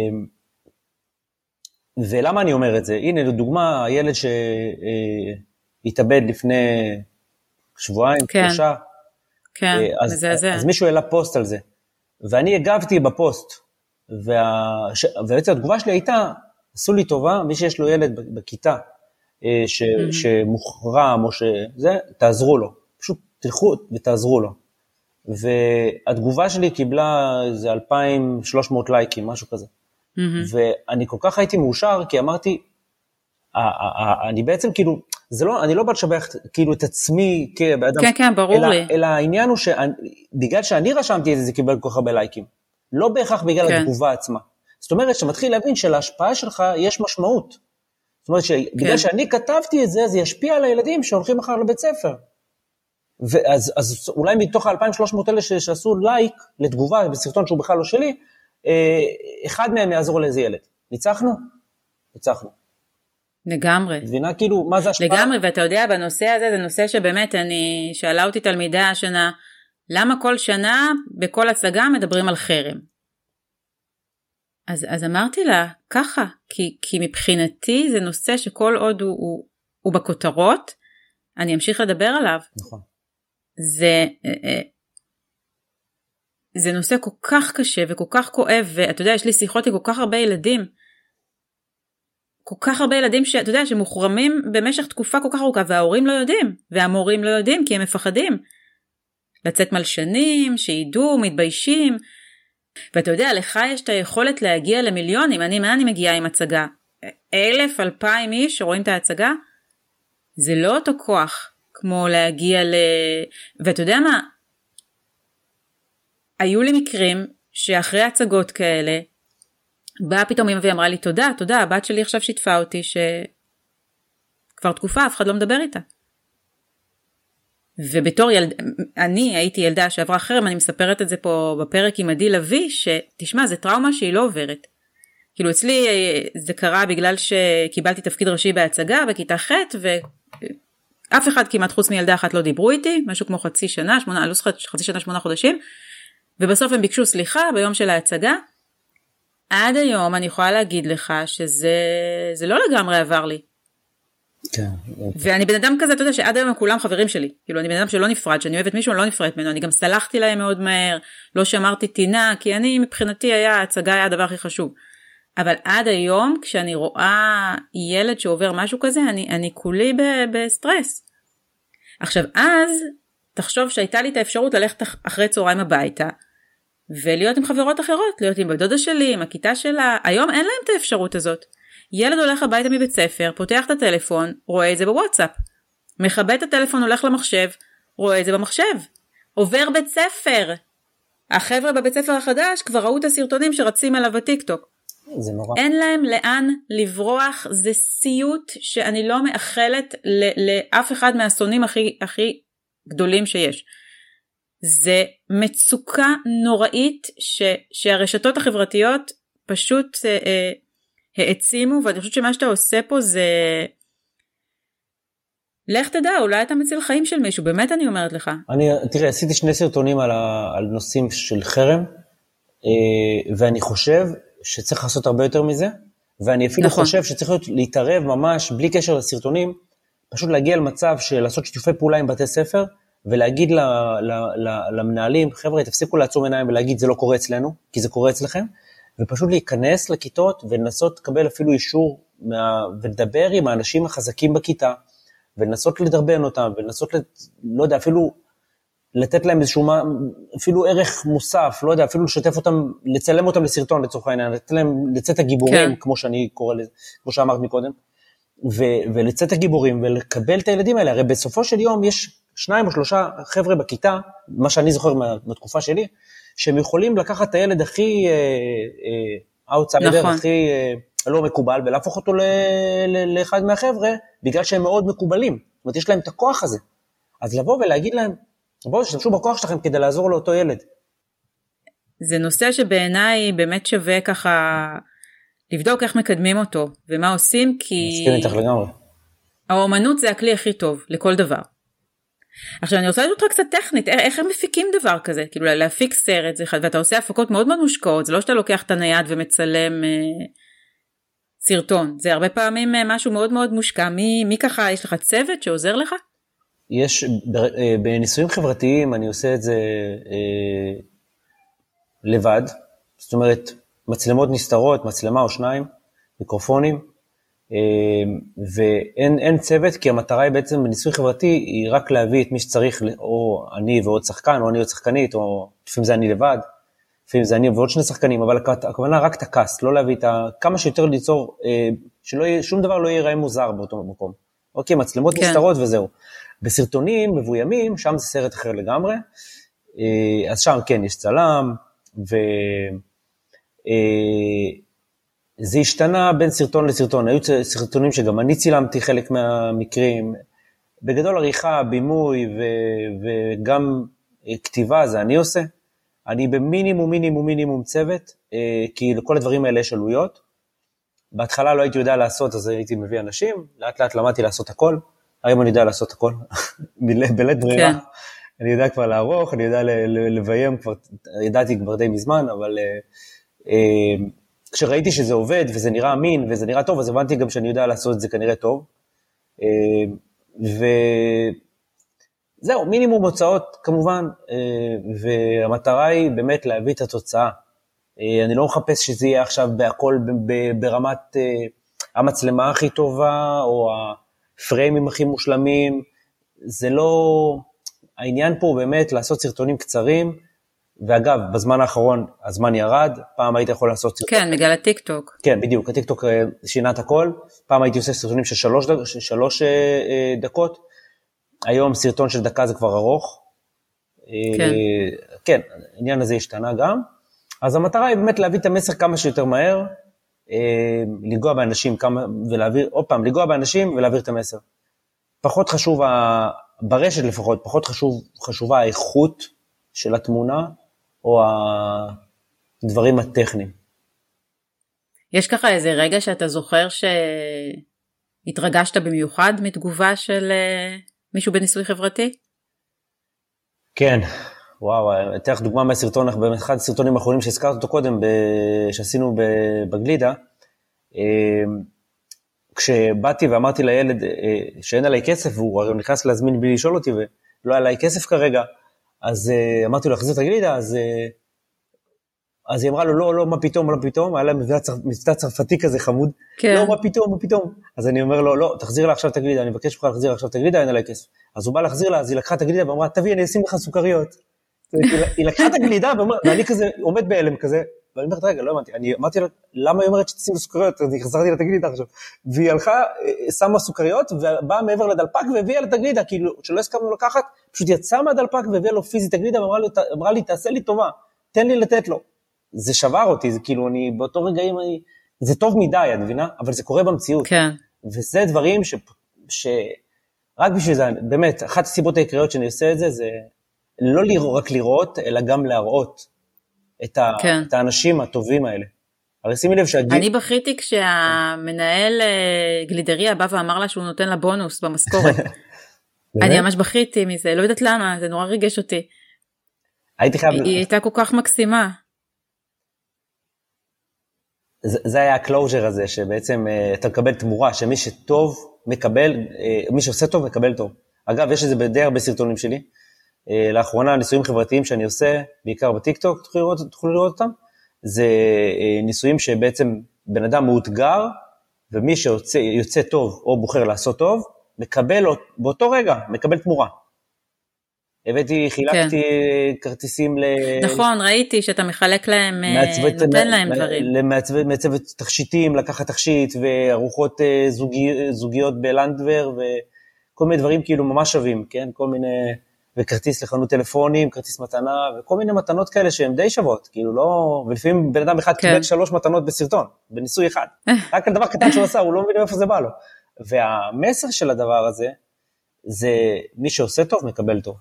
ולמה אני אומר את זה? הנה, לדוגמה, הילד שהתאבד לפני שבועיים, כן. שלושה, כן, אז, זה זה. אז מישהו העלה פוסט על זה, ואני הגבתי בפוסט, וה... ובעצם התגובה שלי הייתה, עשו לי טובה, מי שיש לו ילד בכיתה, ש... mm-hmm. שמוחרם, או שזה, תעזרו לו, פשוט תלכו ותעזרו לו, והתגובה שלי קיבלה איזה אלפיים ושלוש מאות לייקים, משהו כזה, mm-hmm. ואני כל כך הייתי מאושר, כי אמרתי, אני בעצם כאילו, זה לא, אני לא בא לשבח כאילו את עצמי כאדם, כן, כן, ברור אלא, לי. אלא העניין הוא שבגלל שאני רשמתי את זה, זה קיבל כל כך הרבה לייקים. לא בהכרח בגלל כן. התגובה עצמה. זאת אומרת, שמתחיל להבין שלהשפעה שלך יש משמעות. זאת אומרת, שבגלל כן. שאני כתבתי את זה, זה ישפיע על הילדים שהולכים מחר לבית ספר. ואז, אז אולי מתוך ה-אלפיים ושלוש מאות אלה שעשו לייק לתגובה בסרטון שהוא בכלל לא שלי, אחד מהם יעזור לאיזה ילד. ניצחנו? ניצחנו. לגמרי. מבינה כאילו מה זה השפעה? לגמרי, ואתה יודע, בנושא הזה, זה נושא שבאמת אני, שאלה אותי תלמידה השנה, למה כל שנה בכל הצגה מדברים על חרם? אז, אז אמרתי לה, ככה, כי, כי מבחינתי זה נושא שכל עוד הוא, הוא, הוא בכותרות, אני אמשיך לדבר עליו. נכון. זה, זה נושא כל כך קשה וכל כך כואב, ואתה יודע, יש לי שיחות עם כל כך הרבה ילדים, כל כך הרבה ילדים שאתה יודע, שמוחרמים במשך תקופה כל כך ארוכה, וההורים לא יודעים, והמורים לא יודעים, כי הם מפחדים. לצאת מלשנים, שידעו, מתביישים. ואתה יודע, לך יש את היכולת להגיע למיליונים. אני, מה אני מגיעה עם הצגה? אלף, אלפיים איש שרואים את ההצגה? זה לא אותו כוח, כמו להגיע ל... ואתה יודע מה? היו לי מקרים שאחרי הצגות כאלה, באה פתאום אמא ואמרה לי, תודה, תודה, הבת שלי עכשיו שיתפה אותי, שכבר תקופה, אף אחד לא מדבר איתה. ובתור ילד, אני הייתי ילדה שעברה חרם, אני מספרת את זה פה בפרק עם עדי לוי, שתשמע, זה טראומה שהיא לא עוברת. כאילו אצלי זה קרה בגלל שקיבלתי תפקיד ראשי בהצגה בכיתה ח' ואף אחד כמעט חוץ מילדה אחת לא דיברו איתי, משהו כמו חצי שנה, שמונה, לא זוכרת, חצי שנה, שמונה חודשים, ובסוף הם ביקשו סליחה ביום של ההצגה. עד היום אני יכולה להגיד לך שזה זה לא לגמרי עבר לי. כן. ואני בן אדם כזה, אתה יודע שעד היום הם כולם חברים שלי. כאילו אני בן אדם שלא נפרד, שאני אוהבת מישהו, אני לא נפרדת ממנו. אני גם סלחתי להם מאוד מהר, לא שמרתי טינה, כי אני מבחינתי היה, ההצגה היה הדבר הכי חשוב. אבל עד היום, כשאני רואה ילד שעובר משהו כזה, אני, אני כולי בסטרס. עכשיו, אז, תחשוב שהייתה לי את האפשרות ללכת אחרי צהריים הביתה, ולהיות עם חברות אחרות, להיות עם בדודה שלי, עם הכיתה שלה. היום אין להם את האפשרות הזאת. ילד הולך הביתה מבית ספר, פותח את הטלפון, רואה את זה בוואטסאפ. מכבה את הטלפון, הולך למחשב, רואה את זה במחשב. עובר בית ספר. החבר'ה בבית ספר החדש כבר ראו את הסרטונים שרצים עליו בטיקטוק. זה נורא. אין להם לאן לברוח, זה סיוט שאני לא מאחלת לאף אחד מהשונאים הכי, הכי גדולים שיש. זה מצוקה נוראית ש, שהרשתות החברתיות פשוט אה, אה, העצימו, ואני חושבת שמה שאתה עושה פה זה, לך תדע, אולי אתה מציל חיים של מישהו, באמת אני אומרת לך. אני, תראה, עשיתי שני סרטונים על, ה, על נושאים של חרם, אה, ואני חושב שצריך לעשות הרבה יותר מזה, ואני אפילו נכון. חושב שצריך להיות, להתערב ממש, בלי קשר לסרטונים, פשוט להגיע למצב של לעשות שיתופי פעולה עם בתי ספר, ולהגיד ל, ל, ל, למנהלים, חבר'ה, תפסיקו לעצום עיניים ולהגיד, זה לא קורה אצלנו, כי זה קורה אצלכם, ופשוט להיכנס לכיתות, ולנסות לקבל אפילו אישור, מה, ולדבר עם האנשים החזקים בכיתה, ולנסות לדרבן אותם, ולנסות, לא יודע, אפילו לתת להם איזשהו, אפילו ערך מוסף, לא יודע, אפילו לשתף אותם, לצלם אותם לסרטון לצורך העניין, לתת להם לצאת הגיבורים, כן. כמו שאני קורא לזה, כמו שאמרת מקודם, ו- ולצאת הגיבורים, ולקבל את הילדים האלה, הרי בסופו של יום יש שניים או שלושה חבר'ה בכיתה, מה שאני זוכר מהתקופה שלי, שהם יכולים לקחת את הילד הכי אאוטסיידר, נכון. הכי uh, לא מקובל, ולהפוך אותו ל- ל- לאחד מהחבר'ה, בגלל שהם מאוד מקובלים, זאת אומרת, יש להם את הכוח הזה, אז לבוא ולהגיד להם, בואו, שתמשו בכוח שלכם כדי לעזור לאותו ילד. זה נושא שבעיניי באמת שווה ככה, לבדוק איך מקדמים אותו, ומה עושים, כי... מסכים איתך לגמרי. האומנות זה הכלי הכי טוב, לכל דבר. עכשיו, אני רוצה לדעת אותך קצת טכנית, איך הם מפיקים דבר כזה? כאילו, להפיק סרט, זה, ואתה עושה הפקות מאוד מאוד מושקעות, זה לא שאתה לוקח את הנייד ומצלם אה, סרטון, זה הרבה פעמים אה, משהו מאוד מאוד מושקע. מי, מי ככה, יש לך צוות שעוזר לך? יש, בניסויים חברתיים אני עושה את זה אה, לבד, זאת אומרת, מצלמות נסתרות, מצלמה או שניים, מיקרופונים, אה, ואין אין צוות, כי המטרה היא בעצם בניסוי חברתי, היא רק להביא את מי שצריך, או אני ועוד שחקן, או אני ועוד שחקנית, או לפעמים זה אני לבד, לפעמים זה אני ועוד שני שחקנים, אבל הכוונה רק את הקאסט, לא להביא את ה... כמה שיותר ליצור, אה, שלא יהיה, שום דבר לא ייראה מוזר באותו מקום. אוקיי, מצלמות כן. נסתרות וזהו. בסרטונים מבוימים, שם זה סרט אחר לגמרי, אז שם כן, יש צלם, וזה השתנה בין סרטון לסרטון, היו סרטונים שגם אני צילמתי חלק מהמקרים, בגדול עריכה, בימוי וגם כתיבה, זה אני עושה, אני במינימום מינימום מינימום צוות, כי לכל הדברים האלה יש עלויות, בהתחלה לא הייתי יודע לעשות, אז הייתי מביא אנשים, לאט לאט למדתי לעשות הכל, היום אני יודע לעשות הכל, בלית ברירה, כן. אני יודע כבר לערוך, אני יודע לביים, כבר, ידעתי כבר די מזמן, אבל אה, כשראיתי שזה עובד, וזה נראה אמין, וזה נראה טוב, אז הבנתי גם שאני יודע לעשות את זה כנראה טוב, אה, וזהו, מינימום הוצאות כמובן, אה, והמטרה היא באמת להביא את התוצאה, אה, אני לא מחפש שזה יהיה עכשיו בהכל ברמת... אה, המצלמה הכי טובה, או הפריימים הכי מושלמים, זה לא, העניין פה הוא באמת לעשות סרטונים קצרים, ואגב, בזמן האחרון הזמן ירד, פעם הייתי יכול לעשות סרטונים. כן, בגלל הטיקטוק. כן, בדיוק, הטיקטוק שינה את הכל, פעם הייתי עושה סרטונים של שלוש, של שלוש דקות, היום סרטון של דקה זה כבר ארוך, כן. כן, העניין הזה השתנה גם, אז המטרה היא באמת להביא את המסר כמה שיותר מהר, לגוע באנשים כמה, ולהעביר, עוד פעם, לגוע באנשים ולהעביר את המסר. פחות חשוב, ברשת לפחות, פחות חשוב, חשובה האיכות של התמונה, או הדברים הטכניים. יש ככה איזה רגע שאתה זוכר שהתרגשת במיוחד מתגובה של מישהו בניסוי חברתי? כן, וואו, אתן לך דוגמה מהסרטון, באחד הסרטונים האחרונים שהזכרת אותו קודם, שעשינו בגלידה, כשבאתי ואמרתי לילד שאין עליי כסף, והוא נכנס להזמין בלי לשאול אותי, ולא היה עליי כסף כרגע, אז אמרתי לו להחזיר את הגלידה, אז, אז היא אמרה לו, לא, לא, מה פתאום, לא פתאום, היה לה מבטא צרפתי כזה חמוד, כן. לא, מה פתאום, מה פתאום, אז אני אומר לו, לא, תחזיר לה עכשיו את הגלידה, אני מבקש לך להחזיר עכשיו את הגלידה, אין עליי כסף, אז הוא בא להחזיר לה, אז היא לקחה את הגלידה, ואמרה, תביא, אני אשים לך סוכריות, היא לקחה את הגלידה, ואני כזה עומד בהלם כזה, ואני אומרת, רגע, לא אמרתי, אני אמרתי לה, למה היא אומרת שתשים סוכריות, אז חזרתי לה את הגלידה עכשיו, והיא הלכה, שמה סוכריות, ובאה מעבר לדלפק, והביאה לה את הגלידה, כאילו, שלא הסכמנו לקחת, פשוט יצאה מהדלפק, והביאה לו פיזית הגלידה, ואמרה לי, תעשה לי טובה, תן לי לתת לו. זה שבר אותי, זה כאילו, אני, באותו רגעים, אני, זה טוב מדי, את מבינה? אבל זה קורה במציאות. כן. וזה דברים ש, ש, רק בשביל זה, באמת, אחת הסיבות העיקריות שאני עושה את זה, זה לא לראות, רק לראות, אלא גם להראות את, ה, כן. את האנשים הטובים האלה. הרי שימי לב שהגיל... אני בכיתי כשהמנהל גלידריה בא ואמר לה שהוא נותן לה בונוס במשכורת. אני ממש בכיתי מזה, לא יודעת למה, זה נורא ריגש אותי. הייתי חייב... היא הייתה כל כך מקסימה. זה, זה היה הקלוז'ר הזה, שבעצם אתה מקבל תמורה, שמי שטוב מקבל, מי שעושה טוב מקבל טוב. אגב, יש את זה די הרבה סרטונים שלי, לאחרונה ניסויים חברתיים שאני עושה, בעיקר בטיקטוק, תוכלו לראות, תוכלו לראות אותם, זה ניסויים שבעצם בן אדם מאותגר, ומי שיוצא יוצא טוב או בוחר לעשות טוב, מקבל באותו רגע, מקבל תמורה. הבאתי, חילקתי כן. כרטיסים ל... נכון, ראיתי שאתה מחלק להם, מעצבת, נותן להם דברים. מעצבת תכשיטים, לקחת תכשיט, וארוחות זוגי, זוגיות בלנדבר, וכל מיני דברים כאילו ממש שווים, כן? כל מיני... וכרטיס לחנות טלפונים, כרטיס מתנה, וכל מיני מתנות כאלה שהן די שוות, כאילו לא, ולפעמים בן אדם אחד כן. קיבל שלוש מתנות בסרטון, בניסוי אחד, רק על דבר קטן שהוא עשה, הוא לא מבין איפה זה בא לו, והמסר של הדבר הזה, זה מי שעושה טוב, מקבל טוב.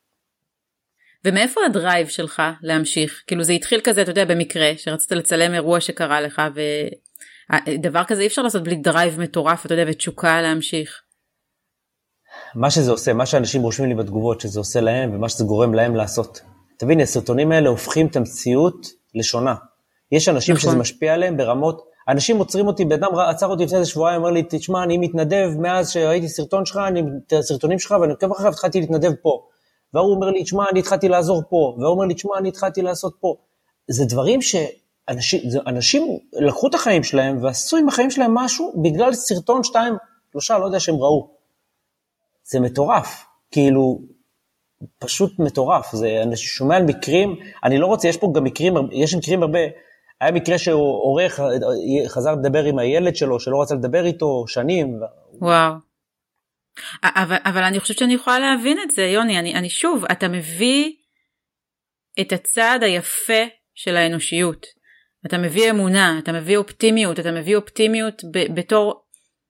ומאיפה הדרייב שלך להמשיך? כאילו זה התחיל כזה, אתה יודע, במקרה, שרצית לצלם אירוע שקרה לך, ודבר כזה אי אפשר לעשות בלי דרייב מטורף, אתה יודע, ותשוקה להמשיך. מה שזה עושה, מה שאנשים רושמים לי בתגובות, שזה עושה להם, ומה שזה גורם להם לעשות. תביני, הסרטונים האלה הופכים את המציאות לשונה. יש אנשים נכון. שזה משפיע עליהם ברמות, אנשים עוצרים אותי, בן אדם עצר אותי לפני איזה שבועיים, אומר לי, תשמע, אני מתנדב מאז שראיתי סרטון שלך, אני, את הסרטונים שלך, ואני עוקב אחריו, התחלתי להתנדב פה. והוא אומר לי, תשמע, אני התחלתי לעזור פה, והוא אומר לי, תשמע, אני התחלתי לעשות פה. זה דברים שאנשים, זה, אנשים לקחו את החיים שלהם, ועשו עם החיים שלהם משהו, בגלל סרטון שתיים, שלושה, לא יודע שהם ראו. זה מטורף, כאילו, פשוט מטורף, זה, אני שומע על מקרים, אני לא רוצה, יש פה גם מקרים, יש מקרים הרבה, היה מקרה שהוא עורך, חזר לדבר עם הילד שלו, שלא רצה לדבר איתו שנים. וואו. אבל, אבל אני חושבת שאני יכולה להבין את זה, יוני, אני, אני שוב, אתה מביא את הצעד היפה של האנושיות, אתה מביא אמונה, אתה מביא אופטימיות, אתה מביא אופטימיות ב, בתור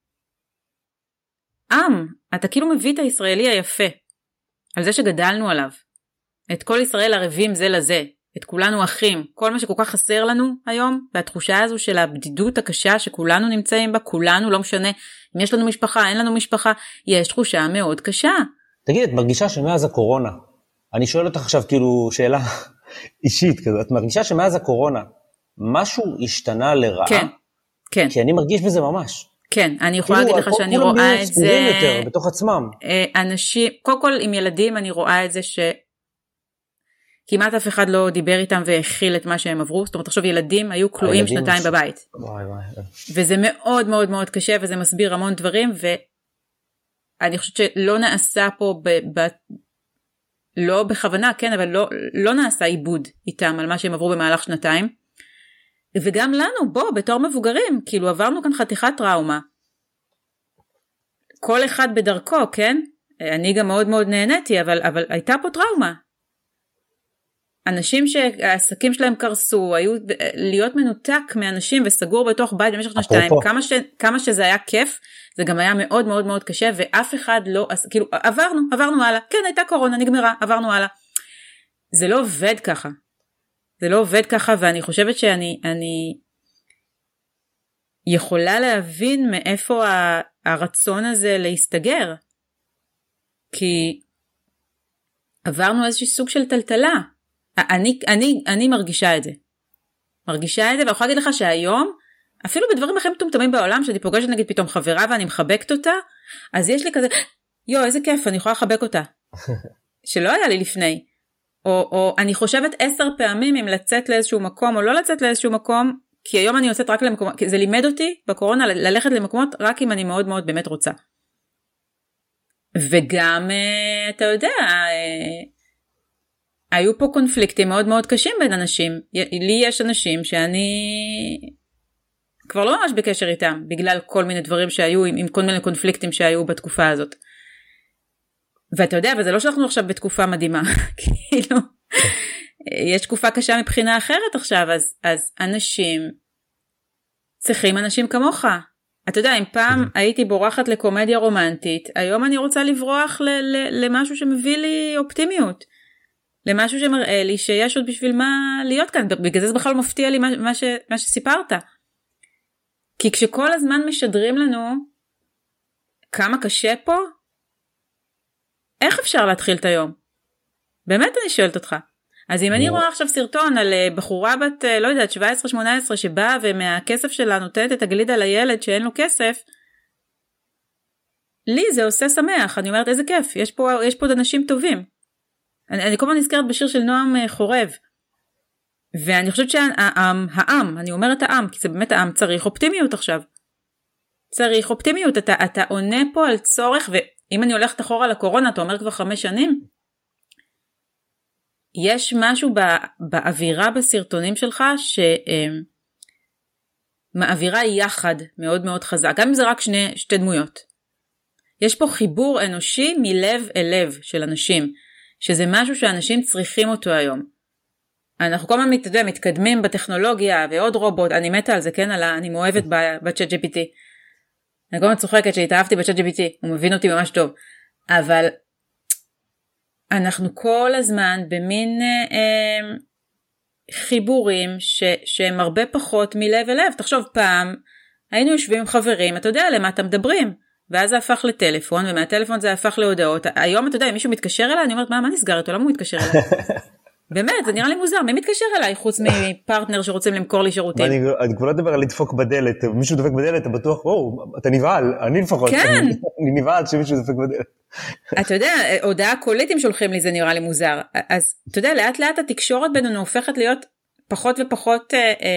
עם, אתה כאילו מביא את הישראלי היפה, על זה שגדלנו עליו, את כל ישראל ערבים זה לזה, את כולנו אחים, כל מה שכל כך חסר לנו היום, והתחושה הזו של הבדידות הקשה שכולנו נמצאים בה, כולנו, לא משנה, אם יש לנו משפחה, אין לנו משפחה, יש תחושה מאוד קשה. תגיד, את מרגישה שמאז הקורונה, אני שואל אותך עכשיו כאילו שאלה אישית כזאת, את מרגישה שמאז הקורונה, משהו השתנה לרעה? כן, כן. כי אני מרגיש בזה ממש. כן, אני יכולה להגיד לך שאני רואה את זה... כולם נהיו סגורים יותר בתוך עצמם. אנשים, קודם כל עם ילדים אני רואה את זה ש... כמעט אף אחד לא דיבר איתם והכיל את מה שהם עברו, זאת אומרת, עכשיו ילדים היו כלואים שנתיים ש... בבית. וואי, וואי. וזה מאוד מאוד מאוד קשה, וזה מסביר המון דברים, ואני חושבת שלא נעשה פה, ב... ב... לא בכוונה, כן, אבל לא, לא נעשה עיבוד איתם על מה שהם עברו במהלך שנתיים, וגם לנו, בוא, בתור מבוגרים, כאילו עברנו כאן חתיכת טראומה, כל אחד בדרכו, כן? אני גם מאוד מאוד נהניתי, אבל, אבל הייתה פה טראומה. אנשים שהעסקים שלהם קרסו, היו להיות מנותק מאנשים וסגור בתוך בית במשך שנתיים, כמה, ש, כמה שזה היה כיף, זה גם היה מאוד מאוד מאוד קשה, ואף אחד לא, כאילו עברנו, עברנו הלאה, כן, הייתה קורונה, נגמרה, עברנו הלאה. זה לא עובד ככה. זה לא עובד ככה, ואני חושבת שאני אני יכולה להבין מאיפה הרצון הזה להסתגר. כי עברנו איזושהי סוג של טלטלה. אני, אני, אני מרגישה את זה. מרגישה את זה, ואני יכולה להגיד לך שהיום, אפילו בדברים הכי מטומטמים בעולם, שאני פוגשת נגיד פתאום חברה ואני מחבקת אותה, אז יש לי כזה, יו, איזה כיף, אני יכולה לחבק אותה. שלא היה לי לפני. או, או אני חושבת עשר פעמים אם לצאת לאיזשהו מקום, או לא לצאת לאיזשהו מקום, כי היום אני יוצאת רק למקומות, כי זה לימד אותי בקורונה ללכת למקומות רק אם אני מאוד מאוד באמת רוצה. וגם, אתה יודע, היו פה קונפליקטים מאוד מאוד קשים בין אנשים. לי יש אנשים שאני כבר לא ממש בקשר איתם, בגלל כל מיני דברים שהיו, עם, עם כל מיני קונפליקטים שהיו בתקופה הזאת. ואתה יודע, וזה לא שאנחנו עכשיו בתקופה מדהימה, כאילו, יש תקופה קשה מבחינה אחרת עכשיו, אז, אז אנשים צריכים אנשים כמוך. אתה יודע, אם פעם הייתי בורחת לקומדיה רומנטית, היום אני רוצה לברוח ל- ל- למשהו שמביא לי אופטימיות, למשהו שמראה לי שיש עוד בשביל מה להיות כאן, בגלל זה זה בכלל מפתיע לי מה, מה, ש, מה שסיפרת. כי כשכל הזמן משדרים לנו כמה קשה פה, איך אפשר להתחיל את היום? באמת אני שואלת אותך. אז אם אני רואה עכשיו סרטון על בחורה בת, לא יודעת, שבע עשרה שמונה עשרה שבאה ומהכסף שלה נותנת את הגלידה לילד שאין לו כסף, לי זה עושה שמח. אני אומרת, איזה כיף, יש פה, יש פה אנשים טובים. אני, אני כל הזמן נזכרת בשיר של נועם חורב. ואני חושבת שהעם, העם, אני אומרת העם, כי זה באמת העם, צריך אופטימיות עכשיו. צריך אופטימיות. אתה, אתה עונה פה על צורך, ואם אני הולכת אחורה לקורונה, אתה אומר כבר חמש שנים, יש משהו באווירה בסרטונים שלך שמעבירה יחד מאוד מאוד חזק, גם אם זה רק שני, שתי דמויות. יש פה חיבור אנושי מלב אל לב של אנשים, שזה משהו שאנשים צריכים אותו היום. אנחנו כל הזמן מת, מתקדמים בטכנולוגיה ועוד רובוט, אני מתה על זה, כן? על, אני מאוהבת בצ'אט ג'י פי טי. אני כל הזמן צוחקת שהתאהבתי בצ'אט ג'י פי טי, הוא מבין אותי ממש טוב. אבל אנחנו כל הזמן במין אה, חיבורים ש, שהם הרבה פחות מלב אל לב. תחשוב, פעם היינו יושבים עם חברים, אתה יודע למה אתה מדברים, ואז זה הפך לטלפון, ומהטלפון זה הפך להודעות. היום אתה יודע, אם מישהו מתקשר אליי, אני אומרת, מה, מה נסגר איתו? למה הוא מתקשר אליי? באמת, זה נראה לי מוזר, מי מתקשר אליי חוץ מפרטנר שרוצים למכור לי שירותים? אני כבר לא מדבר על לדפוק בדלת, מישהו דופק בדלת, אתה בטוח, וואו, אתה נבעל, אני לפחות, אני נבעל שמישהו דופק בדלת. אתה יודע, הודעה קולית אם שולחים לי זה נראה לי מוזר, אז אתה יודע, לאט לאט התקשורת בינינו הופכת להיות פחות ופחות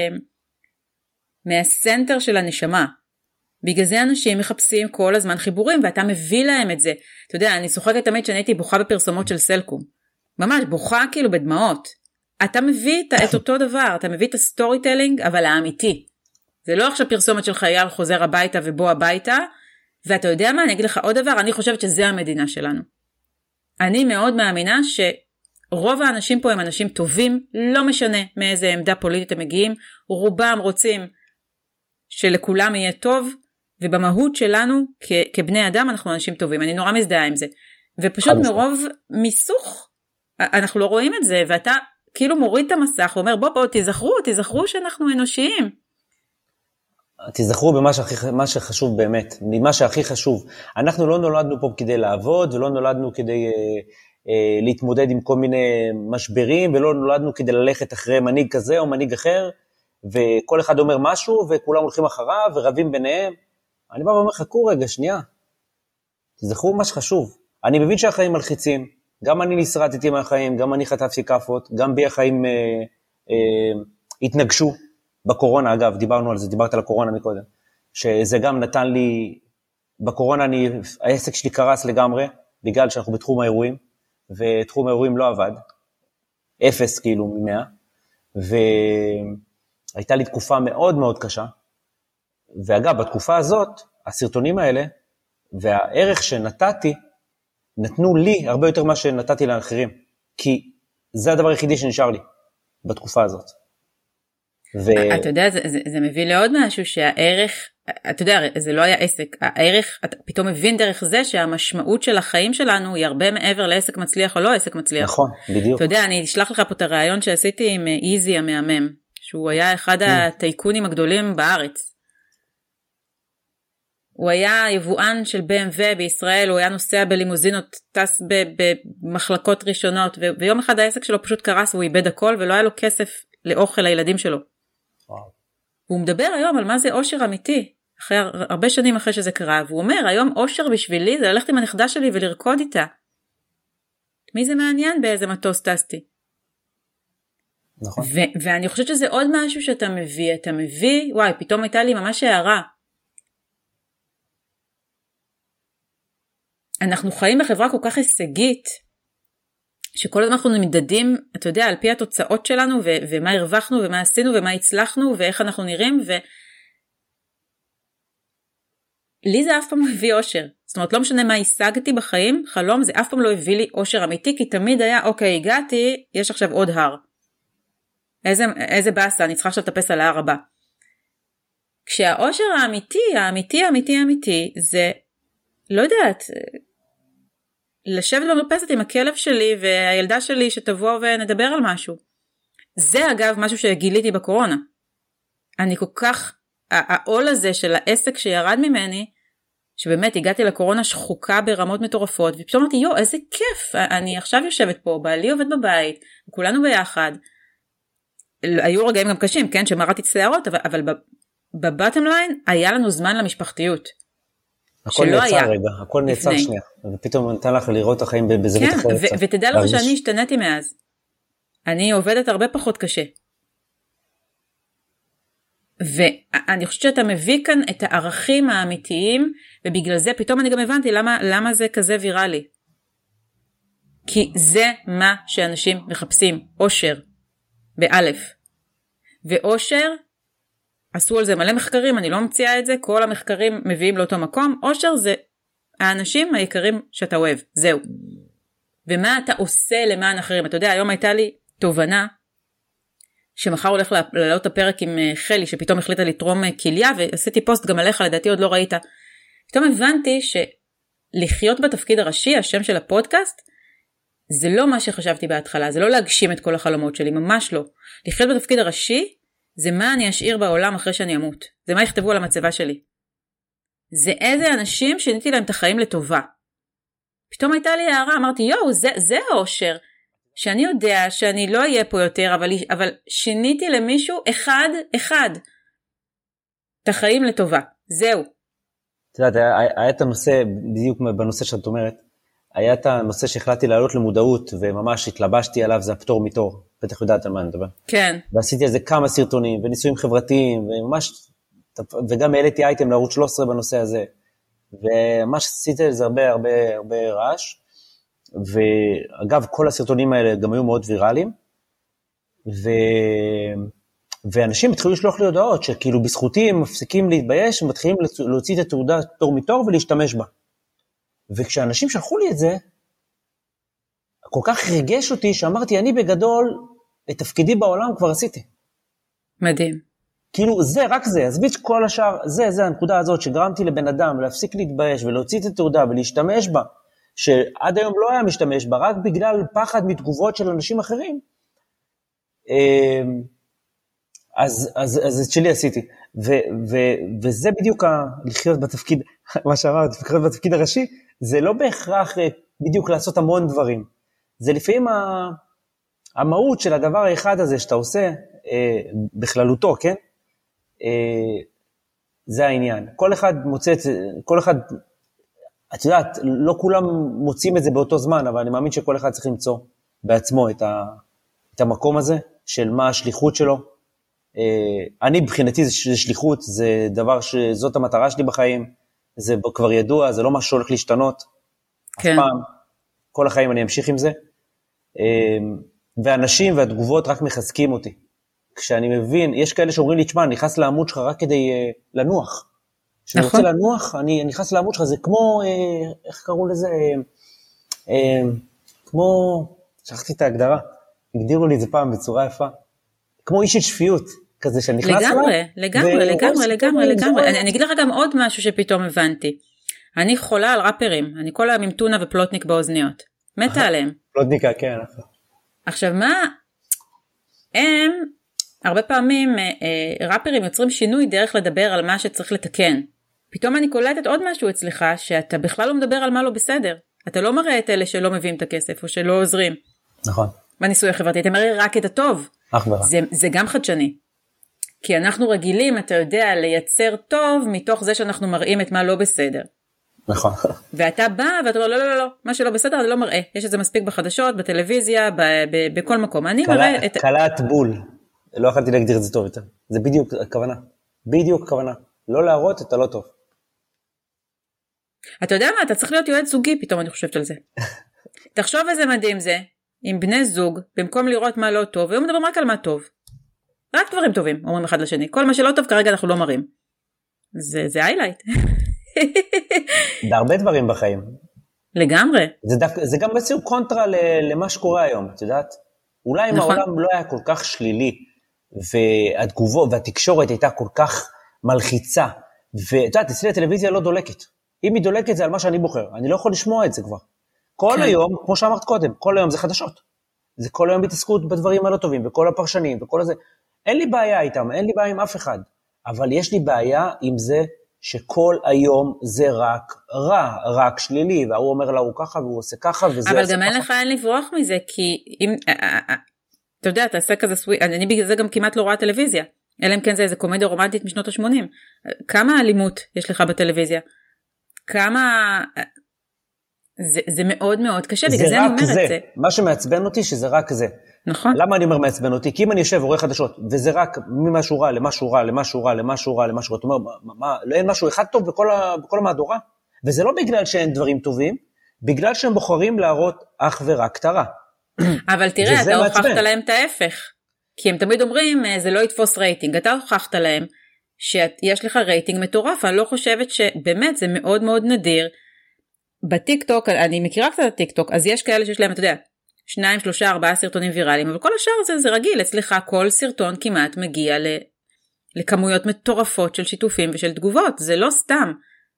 מהסנטר של הנשמה, בגלל זה אנשים מחפשים כל הזמן חיבורים, ואתה מביא להם את זה. אתה יודע, אני שוחקת תמיד שאני הייתי בוכה בפרסומות של סלקום, ממש בוכה כאילו בדמעות. אתה מביא את אותו דבר, אתה מביא את הסטורי טלינג, אבל האמיתי. זה לא עכשיו פרסומת של חייל חוזר הביתה ובוא הביתה, ואתה יודע מה, אני אגיד לך עוד דבר, אני חושבת שזה המדינה שלנו. אני מאוד מאמינה שרוב האנשים פה הם אנשים טובים, לא משנה מאיזה עמדה פוליטית הם מגיעים, רובם רוצים שלכולם יהיה טוב, ובמהות שלנו כ- כבני אדם אנחנו אנשים טובים, אני נורא מזדהה עם זה. ופשוט מרוב מיסוך, אנחנו לא רואים את זה, ואתה כאילו מוריד את המסך, ואומר בוא בוא תזכרו, תזכרו שאנחנו אנושיים. תזכרו במה שהכי, מה שחשוב באמת, ממה שהכי חשוב. אנחנו לא נולדנו פה כדי לעבוד, ולא נולדנו כדי אה, אה, להתמודד עם כל מיני משברים, ולא נולדנו כדי ללכת אחרי מנהיג כזה או מנהיג אחר, וכל אחד אומר משהו, וכולם הולכים אחריו, ורבים ביניהם. אני בא ואומר, חכו רגע, שנייה. תזכרו מה שחשוב. אני מבין שהחיים מלחיצים, גם אני נשרדתי מהחיים, גם אני חטפתי כפות, גם בי החיים אה, אה, התנגשו בקורונה, אגב, דיברנו על זה, דיברת על הקורונה מקודם, שזה גם נתן לי, בקורונה אני, העסק שלי קרס לגמרי, בגלל שאנחנו בתחום האירועים, ותחום האירועים לא עבד, אפס כאילו ממאה, והייתה לי תקופה מאוד מאוד קשה, ואגב, בתקופה הזאת, הסרטונים האלה, והערך שנתתי, נתנו לי הרבה יותר מה שנתתי לאחרים, כי זה הדבר היחידי שנשאר לי, בתקופה הזאת. ו... אתה יודע, זה, זה, זה מביא לעוד משהו שהערך, אתה יודע, זה לא היה עסק, הערך, אתה פתאום מבין דרך זה שהמשמעות של החיים שלנו היא הרבה מעבר לעסק מצליח או לא עסק מצליח. נכון, בדיוק. אתה יודע, אני אשלח לך פה את הרעיון שעשיתי עם איזי המאמם, שהוא היה אחד הטייקונים הגדולים בארץ. הוא היה יבואן של בי אם דאבליו בישראל, הוא היה נוסע בלימוזינות, טס במחלקות ראשונות, ויום אחד העסק שלו פשוט קרס, והוא איבד הכל, ולא היה לו כסף לאוכל לילדים שלו. וואו. והוא מדבר היום על מה זה אושר אמיתי, אחרי, הרבה שנים אחרי שזה קרה, והוא אומר, היום אושר בשבילי זה ללכת עם הנכדה שלי ולרקוד איתה. מי זה מעניין באיזה מטוס טסתי? נכון. ו- ואני חושבת שזה עוד משהו שאתה מביא, אתה מביא, וואי, פתאום הייתה לי ממש הערה. אנחנו חיים בחברה כל כך הישגית, שכל הזמן אנחנו נמדדים, אתה יודע, על פי התוצאות שלנו, ו- ומה הרווחנו, ומה עשינו, ומה הצלחנו, ואיך אנחנו נראים, ו... לי זה אף פעם לא הביא אושר. זאת אומרת, לא משנה מה השגתי בחיים, חלום, זה אף פעם לא הביא לי אושר אמיתי, כי תמיד היה, אוקיי, הגעתי, יש עכשיו עוד הר. איזה, איזה באסה, אני צריכה עכשיו לטפס על ההר הבא. כשהאושר האמיתי, האמיתי, האמיתי, האמיתי, זה, לא יודעת, לשבת במרפסת עם הכלב שלי והילדה שלי שתבוא ונדבר על משהו. זה אגב משהו שגיליתי בקורונה. אני כל כך, העול הזה של העסק שירד ממני, שבאמת הגעתי לקורונה שחוקה ברמות מטורפות, ופתאום אמרתי, יו, איזה כיף, אני עכשיו יושבת פה, בעלי עובד בבית, כולנו ביחד. היו רגעים גם קשים, כן, שמרתי את שערות, אבל, אבל בבטם ליין היה לנו זמן למשפחתיות. הכל נעצר רגע, הכל נעצר שנייה, ופתאום נתן לך לראות את החיים בזווית אחרת. כן, ותדע לך שאני השתניתי מאז. אני עובדת הרבה פחות קשה. ואני חושבת שאתה מביא כאן את הערכים האמיתיים, ובגלל זה פתאום אני גם הבנתי למה, למה זה כזה ויראלי. כי זה מה שאנשים מחפשים, אושר, באלף. ואושר, עשו על זה מלא מחקרים, אני לא ממציאה את זה, כל המחקרים מביאים לאותו מקום, אושר זה האנשים היקרים שאתה אוהב, זהו. ומה אתה עושה למען אחרים? אתה יודע, היום הייתה לי תובנה, שמחר הולך לעלות הפרק עם חלי, שפתאום החליטה לתרום כליה, ועשיתי פוסט גם עליך, לדעתי עוד לא ראית. פתאום הבנתי שלחיות בתפקיד הראשי, השם של הפודקאסט, זה לא מה שחשבתי בהתחלה, זה לא להגשים את כל החלומות שלי, ממש לא. לחיות בתפקיד הראשי, זה מה אני אשאיר בעולם אחרי שאני אמות. זה מה יכתבו על המצבה שלי. זה איזה אנשים שיניתי להם את החיים לטובה. פתאום הייתה לי הערה, אמרתי, יואו, זה, זה האושר. שאני יודע שאני לא אהיה פה יותר, אבל, אבל שיניתי למישהו אחד, אחד, את החיים לטובה. זהו. את יודעת, היה, היה את הנושא, בדיוק בנושא שאת אומרת, היה את הנושא שהחלטתי לעלות למודעות, וממש התלבשתי עליו, זה הפטור מתור. בטח יודעת על מה אני מדבר. כן. ועשיתי על זה כמה סרטונים, וניסויים חברתיים, וממש, וגם העליתי אייטם לערוץ שלוש עשרה בנושא הזה. וממש עשיתי על זה הרבה, הרבה, הרבה רעש. ואגב, כל הסרטונים האלה גם היו מאוד ויראליים, ו... ואנשים התחילו לשלוח לי הודעות, שכאילו בזכותי הם מפסיקים להתבייש, הם מתחילים להוציא את התעודה פטור מתור ולהשתמש בה. וכשאנשים שלחו לי את זה, כל כך רגש אותי, שאמרתי, אני בגדול, את תפקידי בעולם כבר עשיתי. מדהים. כאילו, זה, רק זה, עזבי את כל השאר, זה, זה הנקודה הזאת, שגרמתי לבן אדם, להפסיק להתבייש, ולהוציא את התעודה, ולהשתמש בה, שעד היום לא היה משתמש בה, רק בגלל פחד מתגובות של אנשים אחרים, אז, אז, אז את שלי עשיתי, ו, ו, וזה בדיוק ה, לחיות בתפקיד, מה שאמרת, לחיות בתפקיד הראשי, זה לא בהכרח בדיוק לעשות המון דברים, זה לפעמים ה, המהות של הדבר האחד הזה שאתה עושה, בכללותו, כן? זה העניין, כל אחד מוצא, כל אחד, את יודעת, לא כולם מוצאים את זה באותו זמן, אבל אני מאמין שכל אחד צריך למצוא בעצמו את, ה, את המקום הזה, של מה השליחות שלו. אני מבחינתי זה שליחות, זה דבר שזאת המטרה שלי בחיים, זה כבר ידוע, זה לא משהו שהולך להשתנות, כן. אף פעם, כל החיים אני אמשיך עם זה, ואנשים והתגובות רק מחזקים אותי. כשאני מבין, יש כאלה שאומרים לי, תשמע, אני נכנס לעמוד שלך רק כדי לנוח. כשאני רוצה לנוח, אני נכנס לעמוד שלך, זה כמו, איך קראו לזה, כמו, שכחתי את ההגדרה, הגדירו לי את זה פעם בצורה יפה, כמו איש של שפיות, כזה שאני נכנס לה. לגמרי, לגמרי, לגמרי, לגמרי, לגמרי. אני אגיד לך גם עוד משהו שפתאום הבנתי. אני חולה על ראפרים, אני כל היום עם טונה ופלוטניק באוזניות. מתה עליהם. פלוטניקה, כן. עכשיו מה, הם, הרבה פעמים ראפרים יוצרים שינוי דרך לדבר על מה שצריך לתקן. פתאום אני קולטת עוד משהו אצלך, שאתה בכלל לא מדבר על מה לא בסדר. אתה לא מראה את אלה שלא מביאים את הכסף, או שלא עוזרים. נכון. בניסוי החברתי, אתה מראה רק את הטוב. זה, זה גם חדשני. כי אנחנו רגילים, אתה יודע, לייצר טוב, מתוך זה שאנחנו מראים את מה לא בסדר. נכון. ואתה בא, ואתה אומר, לא, לא, לא, לא, מה שלא בסדר, זה לא מראה. יש את זה מספיק בחדשות, בטלוויזיה, ב- ב- בכל מקום. אני קלה, מראה את... קלעת בול. לא יכולתי להגדיר את זה טוב יותר. זה בדיוק הכוונה. בדיוק הכוונה. לא להראות את הלא טוב. אתה יודע מה, אתה צריך להיות יועץ זוגי, פתאום אני חושבת על זה. תחשוב איזה מדהים זה, עם בני זוג, במקום לראות מה לא טוב, והיום מדברים רק על מה טוב. רק דברים טובים, אומרים אחד לשני. כל מה שלא טוב, כרגע אנחנו לא מראים. זה, זה היילייט. זה הרבה דברים בחיים. לגמרי. זה, דו, זה גם בעצם קונטרה למה שקורה היום, את יודעת? אולי אם נכון. העולם לא היה כל כך שלילי, והתגובות והתקשורת הייתה כל כך מלחיצה, ואת יודעת, אצלי הטלוויזיה לא דולקת. אם היא דולקת זה על מה שאני בוחר, אני לא יכול לשמוע את זה כבר. כל כן. היום, כמו שאמרת קודם, כל היום זה חדשות. זה כל היום בהתעסקות בדברים הלא טובים, וכל הפרשנים, וכל הזה. אין לי בעיה איתם, אין לי בעיה עם אף אחד. אבל יש לי בעיה עם זה שכל היום זה רק רע, רק שלילי, והוא אומר לה הוא ככה, והוא עושה ככה, וזה אבל גם אין לך אין לברוח מזה, כי אם, אתה יודע, אתה עושה כזה סווי, אני בגלל זה גם כמעט לא רואה טלוויזיה, אלא אם כן זה איזה קומדיה רומנטית משנות ה-שמונים. כמה אלימות יש לך בטלוויזיה? כמה... זה, זה מאוד מאוד קשה, בגלל זה אני אומרת זה. זה. מה שמעצבן אותי שזה רק זה. נכון. למה אני אומר מעצבן אותי? כי אם אני יושב ועורך חדשות, וזה רק ממשהו רע למשהו רע, למשהו רע, למשהו רע, למשהו רע, אתה אומר, מה, מה, לא אין משהו אחד טוב בכל, ה, בכל המהדורה? וזה לא בגלל שאין דברים טובים, בגלל שהם בוחרים להראות אך ורק את הרע. אבל תראה, אתה הוכחת להם את ההפך. כי הם תמיד אומרים, זה לא יתפוס רייטינג. אתה הוכחת להם שיש לך רייטינג מטורף. אני לא חושבת שבאמת זה מאוד מאוד נדיר. בטיק-טוק, אני מכירה קצת את הטיק-טוק, אז יש כאלה שיש להם, אתה יודע, שניים, שלושה, ארבעה סרטונים ויראליים, אבל כל השאר זה, זה רגיל. אצלך כל סרטון כמעט מגיע ל, לכמויות מטורפות של שיתופים ושל תגובות. זה לא סתם.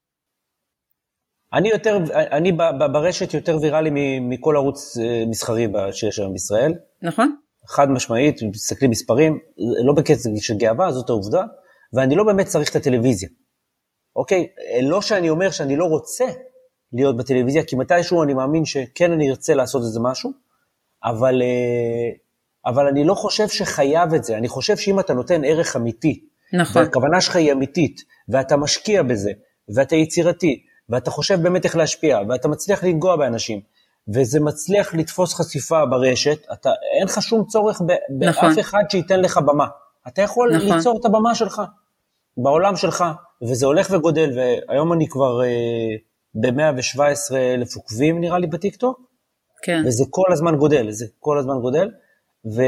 אני יותר, אני ברשת יותר ויראלי מכל ערוץ מסחרי שיש היום בישראל. נכון. חד משמעית, מסתכלים מספרים, לא בקצב של גאווה, זאת העובדה, ואני לא באמת צריך את הטלוויזיה. אוקיי? לא שאני אומר שאני לא רוצה להיות בטלוויזיה, כי מתישהו אני מאמין שכן אני ארצה לעשות איזה משהו, אבל, אבל אני לא חושב שחייב את זה, אני חושב שאם אתה נותן ערך אמיתי, נכון. והכוונה שלך היא אמיתית, ואתה משקיע בזה, ואתה יצירתי, ואתה חושב באמת איך להשפיע, ואתה מצליח לנגוע באנשים, וזה מצליח לתפוס חשיפה ברשת, אתה, אין לך שום צורך ב, נכון. באף אחד שייתן לך במה. אתה יכול נכון. ליצור את הבמה שלך, בעולם שלך, וזה הולך וגודל, והיום אני כבר אה, ב-מאה שבע עשרה אלף עוקבים נראה לי בטיקטוק, כן. וזה כל הזמן גודל, זה כל הזמן גודל, ו...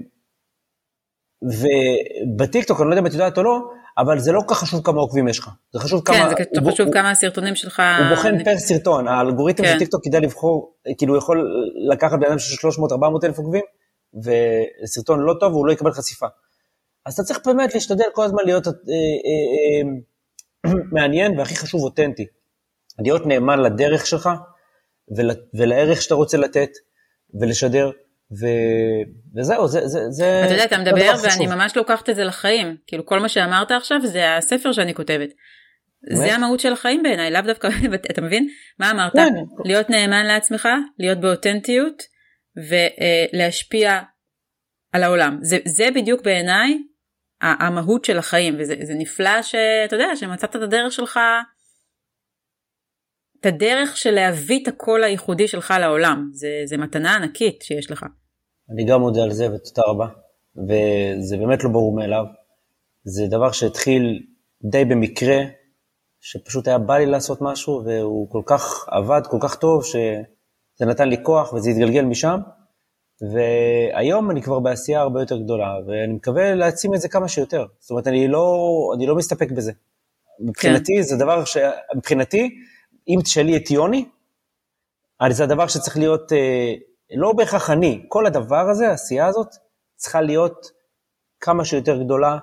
ובטיקטוק, אני לא יודע אם את יודעת או לא, אבל זה לא כל כך חשוב כמה עוקבים יש לך. זה חשוב כן, כמה... זה הוא, חשוב הוא, כמה הסרטונים שלך... הוא בוחן פר סרטון, האלגוריתם כן. של טיקטוק כדאי לבחור, כאילו הוא יכול לקחת באדם של שלוש מאות עד ארבע מאות אלף עוקבים, וסרטון לא טוב, והוא לא יקבל חשיפה. אז אתה צריך באמת להשתדל כל הזמן להיות אה, אה, אה, מעניין, והכי חשוב אותנטי. להיות נאמן לדרך שלך, ול, ולערך שאתה רוצה לתת, ולשדר, ו... וזהו, זה, זה, זה... אתה יודע, אתה מדבר, ואני ממש לוקחת את זה לחיים. כאילו, כל מה שאמרת עכשיו, זה הספר שאני כותבת. זה המהות של החיים בעיניי, לאו דווקא, אתה מבין? מה אמרת? להיות נאמן לעצמך, להיות באותנטיות, ולהשפיע על העולם. זה, זה בדיוק בעיניי, המהות של החיים, וזה זה נפלא שאתה יודע, שמצאת את הדרך שלך, את הדרך של להביא את הקול הייחודי שלך לעולם. זה, זה מתנה ענקית שיש לך. אני גם מודה על זה, ותודה רבה. וזה באמת לא ברור מאליו. זה דבר שהתחיל די במקרה, שפשוט היה בא לי לעשות משהו, והוא כל כך עבד, כל כך טוב, שזה נתן לי כוח, וזה התגלגל משם. והיום אני כבר בעשייה הרבה יותר גדולה, ואני מקווה להעצים את זה כמה שיותר. זאת אומרת, אני לא, אני לא מסתפק בזה. מבחינתי, כן. זה דבר ש... מבחינתי, אם תשאלי את יוני, זה הדבר שצריך להיות, לא בהכרח אני, כל הדבר הזה, העשייה הזאת, צריכה להיות כמה שיותר גדולה,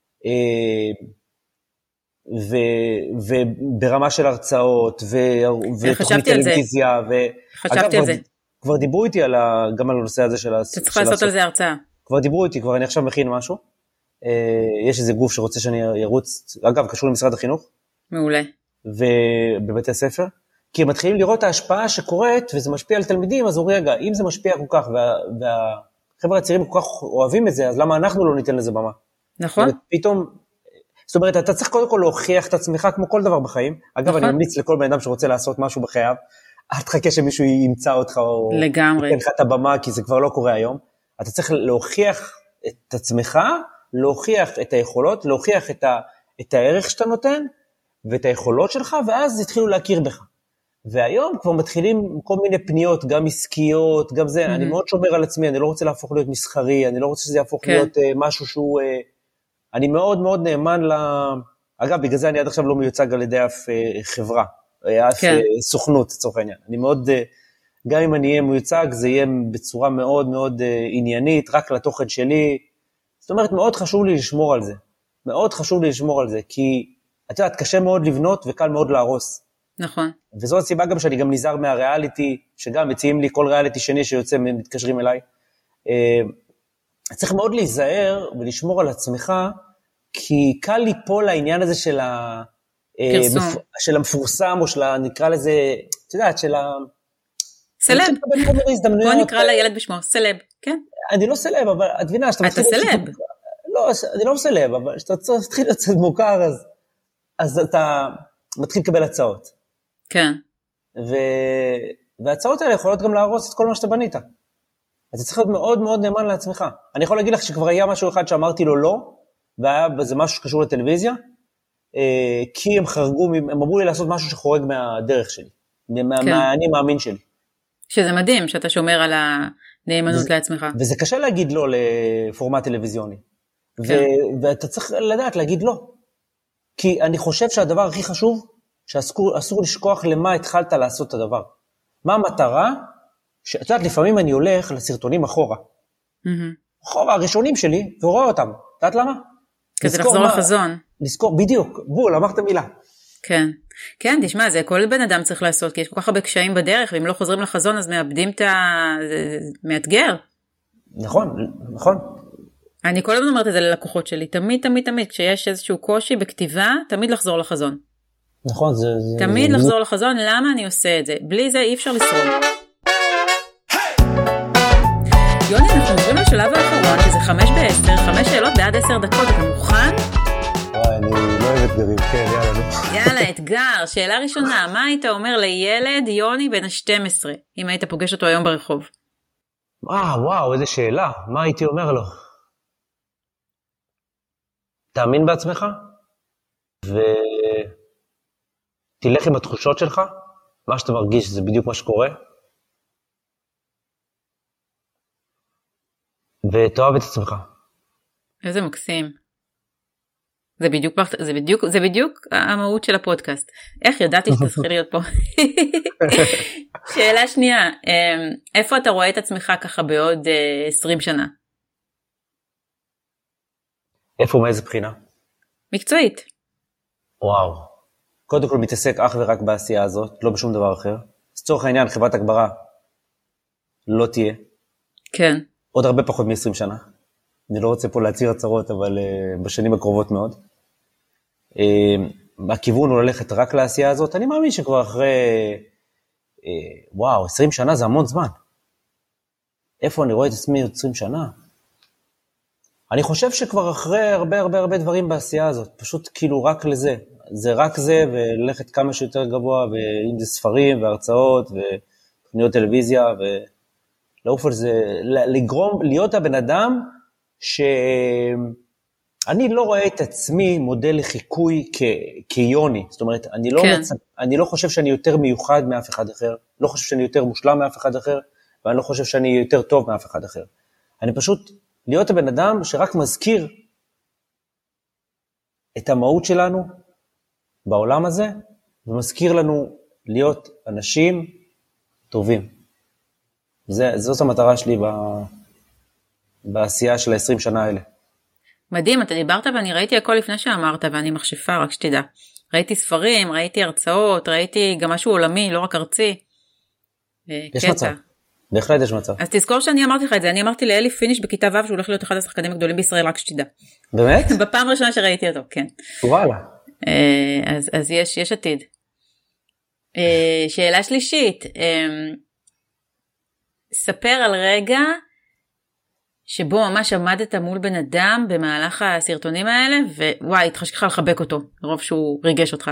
ו, וברמה של הרצאות, ו, ותוכנית טלוויזיה, ו... חשבתי על זה. כבר דיברו איתי על ה... גם על הנושא הזה של... אתה צריך לעשות על זה הרצאה. כבר דיברו איתי, כבר אני עכשיו מכין משהו. יש איזה גוף שרוצה שאני ירוץ, אגב, קשור למשרד החינוך. מעולה. ובבתי הספר. כי הם מתחילים לראות ההשפעה שקורית, וזה משפיע על תלמידים, אז הוא רגע, אם זה משפיע כל כך, וה... והחבר'ה הצעירים כל כך אוהבים את זה, אז למה אנחנו לא ניתן לזה במה? נכון. פתאום, זאת אומרת, אתה צריך קודם כל להוכיח את עצמך כמו כל דבר בחיים. אגב, אני ממליץ לכל בן אדם שרוצה לעשות משהו בחייו, אל תחכה שמישהו ימצא אותך, או לגמרי. ייתן לך את הבמה, כי זה כבר לא קורה היום. אתה צריך להוכיח את עצמך, להוכיח את היכולות, להוכיח את, ה, את הערך שאתה נותן, ואת היכולות שלך, ואז יתחילו להכיר בך. והיום כבר מתחילים כל מיני פניות, גם עסקיות, גם זה, mm-hmm. אני מאוד שומר על עצמי, אני לא רוצה להפוך להיות מסחרי, אני לא רוצה שזה יהפוך כן. להיות uh, משהו שהוא, uh, אני מאוד מאוד נאמן ל... אגב, בגלל זה אני עד עכשיו לא מיוצג על ידי אף uh, חברה, אף כן. uh, סוכנות, לצורך העניין. אני מאוד, uh, גם אם אני אהיה מיוצג, זה יהיה בצורה מאוד מאוד uh, עניינית, רק לתוכן שלי. זאת אומרת, מאוד חשוב לי לשמור על זה. מאוד חשוב לי לשמור על זה, כי את יודעת, קשה מאוד לבנות וקל מאוד להרוס. נכון. וזו הסיבה גם שאני גם נזהר מהריאליטי, שגם מציעים לי כל ריאליטי שני שיוצא, מתקשרים אליי. צריך מאוד להיזהר ולשמור על עצמך, כי קל ליפול לעניין הזה של, ה... של המפורסם, או של, נקרא לזה, את יודעת, של ה... סלב. בוא נקרא לילד בשמו, סלב, כן? אני לא סלב, אבל את מבינה, שאתה מתחיל... אתה סלב. לא, אני לא סלב, אבל כשאתה מתחיל לצאת מוכר, אז, אז אתה מתחיל לקבל הצעות. כן. ו... וההצעות האלה יכולות גם להרוס את כל מה שאתה בנית. אז אתה צריך להיות מאוד מאוד נאמן לעצמך. אני יכול להגיד לך שכבר היה משהו אחד שאמרתי לו לא, והיה בזה משהו שקשור לטלוויזיה, כי הם חרגו, הם אמרו לי לעשות משהו שחורג מהדרך שלי, מה, כן. מהאני מאמין שלי. שזה מדהים שאתה שומר על הנאמנות וזה, לעצמך. וזה קשה להגיד לא לפורמט טלוויזיוני. כן. ו... ואתה צריך לדעת להגיד לא. כי אני חושב שהדבר הכי חשוב, שאסור אסור לשכוח למה התחלת לעשות את הדבר. מה המטרה? שאת יודעת, לפעמים אני הולך לסרטונים אחורה. Mm-hmm. אחורה, הראשונים שלי, ורואה אותם. את יודעת למה? כזה לחזור מה... לחזון. לזכור, בדיוק, בול, אמרת מילה. כן, כן, תשמע, זה כל בן אדם צריך לעשות, כי יש כל כך הרבה קשיים בדרך, ואם לא חוזרים לחזון, אז מאבדים את ה... מאתגר. נכון, נכון. אני כל הזמן אומרת את זה ללקוחות שלי, תמיד, תמיד, תמיד, כשיש איזשהו קושי בכתיבה, תמיד לחזור לחזון. נכון, זה... תמיד זה... לחזור לחזון, למה אני עושה את זה? בלי זה אי אפשר לשרוד. יוני, אנחנו עוברים לשלב האחרון, כי זה חמש בעשר, חמש שאלות בעד עשר דקות, אתה מוכן? וואי, אני לא אוהב אתגרים, כן, יאללה. יאללה, אתגר. שאלה ראשונה, מה היית אומר לילד יוני בן ה-שתים עשרה, אם היית פוגש אותו היום ברחוב? אה, וואו, איזה שאלה. מה הייתי אומר לו? תאמין בעצמך, ותלך עם התחושות שלך, מה שאתה מרגיש זה בדיוק מה שקורה, ותאהב את עצמך. איזה מקסים. זה בדיוק, זה בדיוק, זה בדיוק המהות של הפודקאסט. איך ידעתי שתתחיל להיות פה? שאלה שנייה, איפה אתה רואה את עצמך ככה בעוד עשרים שנה? איפה, מאיזה בחינה? מקצועית. וואו. קודם כל מתעסק אך ורק בעשייה הזאת, לא בשום דבר אחר. לצורך העניין, חברת הגברה לא תהיה. כן. עוד הרבה פחות מ-עשרים שנה. אני לא רוצה פה להצהיר הצהרות, אבל uh, בשנים הקרובות מאוד. Uh, הכיוון הוא ללכת רק לעשייה הזאת. אני מאמין שכבר אחרי, uh, וואו, עשרים שנה זה המון זמן. איפה אני רואה את עצמי עשרים שנה? אני חושב שכבר אחרי הרבה הרבה הרבה דברים בעשייה הזאת, פשוט כאילו רק לזה. זה רק זה, וללכת כמה שיותר גבוה, ואם זה ספרים והרצאות ותוכניות טלוויזיה, ולעוף על זה, לגרום, להיות הבן אדם שאני לא רואה את עצמי מודל לחיקוי כיוני, זאת אומרת, אני לא, כן. מצ... אני לא חושב שאני יותר מיוחד מאף אחד אחר, לא חושב שאני יותר מושלם מאף אחד אחר, ואני לא חושב שאני יותר טוב מאף אחד אחר. אני פשוט להיות הבן אדם שרק מזכיר את המהות שלנו בעולם הזה, ומזכיר לנו להיות אנשים טובים. זה, זאת המטרה שלי ב, בעשייה של ה-עשרים שנה האלה. מדהים, אתה דיברת ואני ראיתי הכל לפני שאמרת, ואני מחשפה, רק שתדע. ראיתי ספרים, ראיתי הרצאות, ראיתי גם משהו עולמי, לא רק ארצי. יש קטע. מצב. בהחלט יש מצב. אז תזכור שאני אמרתי לך את זה, אני אמרתי לאלי פיניש בכיתה ו' שהוא הולך להיות אחד השחקנים הגדולים בישראל, רק שתדע. באמת? בפעם הראשונה שראיתי אותו, כן. וואלה. אז, אז יש, יש עתיד. שאלה שלישית, ספר על רגע שבו ממש עמדת מול בן אדם במהלך הסרטונים האלה, ווואי, התחשק לך לחבק אותו, לרוב שהוא ריגש אותך.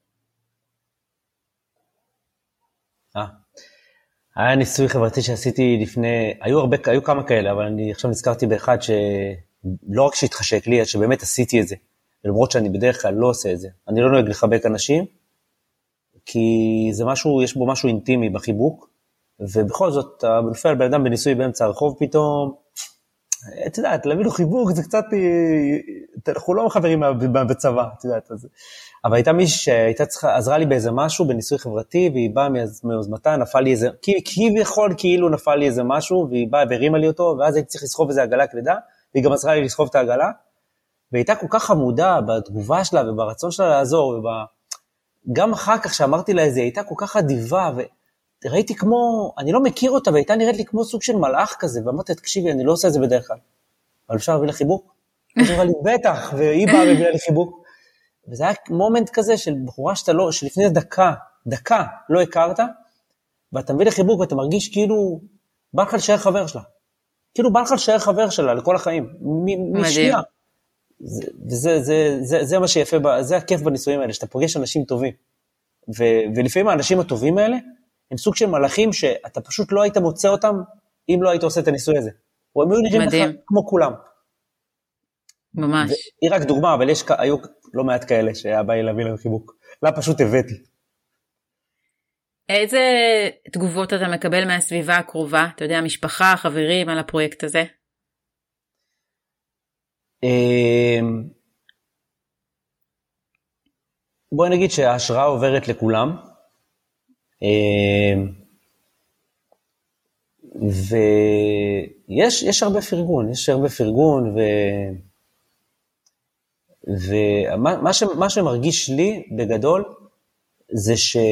אה. היה ניסוי חברתי שעשיתי לפני, היו הרבה, היו כמה כאלה, אבל אני עכשיו נזכרתי באחד שלא רק שהתחשק לי, שבאמת עשיתי את זה, למרות שאני בדרך כלל לא עושה את זה. אני לא נוהג לחבק אנשים, כי זה משהו, יש בו משהו אינטימי בחיבוק, ובכל זאת, אתה נופל בן אדם בניסוי באמצע הרחוב פתאום, את יודעת, להביא לו חיבוק, זה קצת, אנחנו לא חברים בצבא, את יודעת, אז... אבל הייתה מישהי שהייתה צריכה, עזרה לי באיזה משהו, בניסוי חברתי, והיא באה מיוזמתה, נפל לי איזה, כביכול כאילו נפל לי איזה משהו, והיא באה והרימה לי אותו, ואז הייתי צריך לסחוב איזה עגלה כבדה, והיא גם עזרה לי לסחוב את העגלה, והייתה כל כך חמודה בתגובה שלה, וברצון שלה לעזור, וגם אחר כך שאמרתי לה איזה, הייתה כל כך אדיבה, וראיתי כמו, אני לא מכיר אותה, והייתה נראית לי כמו סוג של מלאך כזה, ואמרתי, תקשיבי, אני לא עושה את זה בדרך כלל, אבל אפשר להביא לחיבוק? אז אמרה לי, בטח, והיא באה והביאה לי חיבוק. וזה היה מומנט כזה של בחורה שאתה לא, שלפני דקה, דקה לא הכרת, ואתה מביא לחיבוק ואתה מרגיש כאילו, בא לך לשאר חבר שלה. כאילו בא לך לשאר חבר שלה לכל החיים. משנייה. זה, זה, זה, זה, זה מה שיפה, זה הכיף בניסויים האלה, שאתה פוגש אנשים טובים. ו, ולפעמים האנשים הטובים האלה, הם סוג של מלאכים שאתה פשוט לא היית מוצא אותם, אם לא היית עושה את הניסוי הזה. או הם היו נראים לך כמו כולם. ממש. היא רק דוגמה, אבל יש, היו לא מעט כאלה שהיה בא להביא להם חיבוק. לא, פשוט הבאתי. איזה תגובות אתה מקבל מהסביבה הקרובה? אתה יודע, משפחה, חברים על הפרויקט הזה? בואי נגיד שההשראה עוברת לכולם. ויש יש הרבה פרגון, יש הרבה פרגון ו... ומה ש, מה שמרגיש לי בגדול, זה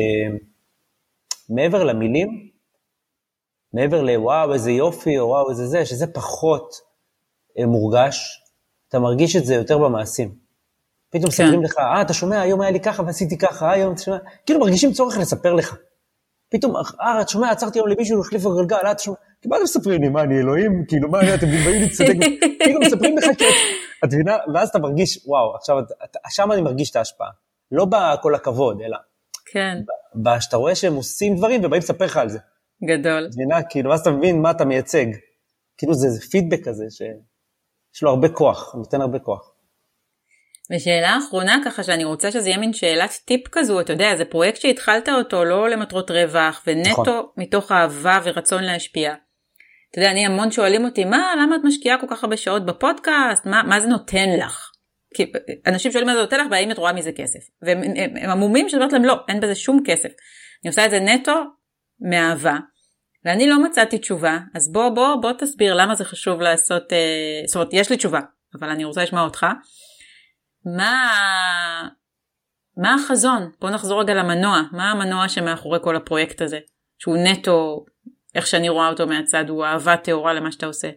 שמעבר למילים, מעבר לוואו איזה יופי, או וואו איזה זה, שזה פחות מורגש, אתה מרגיש את זה יותר במעשים. פתאום מספרים לך, אה, אתה שומע, היום היה לי ככה ועשיתי ככה, היום אתה שומע, כאילו מרגישים צורך לספר לך. פתאום, אה, אתה שומע, עצרתי היום למישהו, החליף הגלגל, אה, אתה שומע, כי מה אתם מספרים לי, מה, אני אלוהים, כאילו, מה, אתם באים להצטדק, כאילו מספרים לך, את מבינה, ואז אתה מרגיש, וואו, עכשיו, שם אני מרגיש את ההשפעה, לא בכל הכבוד, אלא, כן. שאתה רואה שהם עושים דברים, ובאים לספר לך על זה. גדול. את מבינה, כאילו, ואז אתה מבין מה אתה מייצג, כאילו, זה פידבק כזה, שיש לו הרבה כוח, נותן הרבה כוח. ושאלה אחרונה ככה שאני רוצה שזה יהיה מין שאלת טיפ כזו, אתה יודע, זה פרויקט שהתחלת אותו לא למטרות רווח, ונטו נכון. מתוך אהבה ורצון להשפיע. אתה יודע, אני המון שואלים אותי, מה, למה את משקיעה כל כך הרבה שעות בפודקאסט? מה, מה זה נותן לך? כי אנשים שואלים מה זה נותן לך, והאם את רואה מזה כסף? והם הם, הם עמומים שאומרת להם, לא, אין בזה שום כסף. אני עושה את זה נטו מאהבה, ואני לא מצאתי תשובה, אז בוא, בוא, בוא תסביר למה זה חשוב לעשות, אה, זאת אומרת, יש לי תשובה, אבל אני רוצה לשמוע אותך. מה, מה החזון? בוא נחזור רגע למנוע. מה המנוע שמאחורי כל הפרויקט הזה? שהוא נטו, איך שאני רואה אותו מהצד, הוא אהבה תאורה למה שאתה עושה.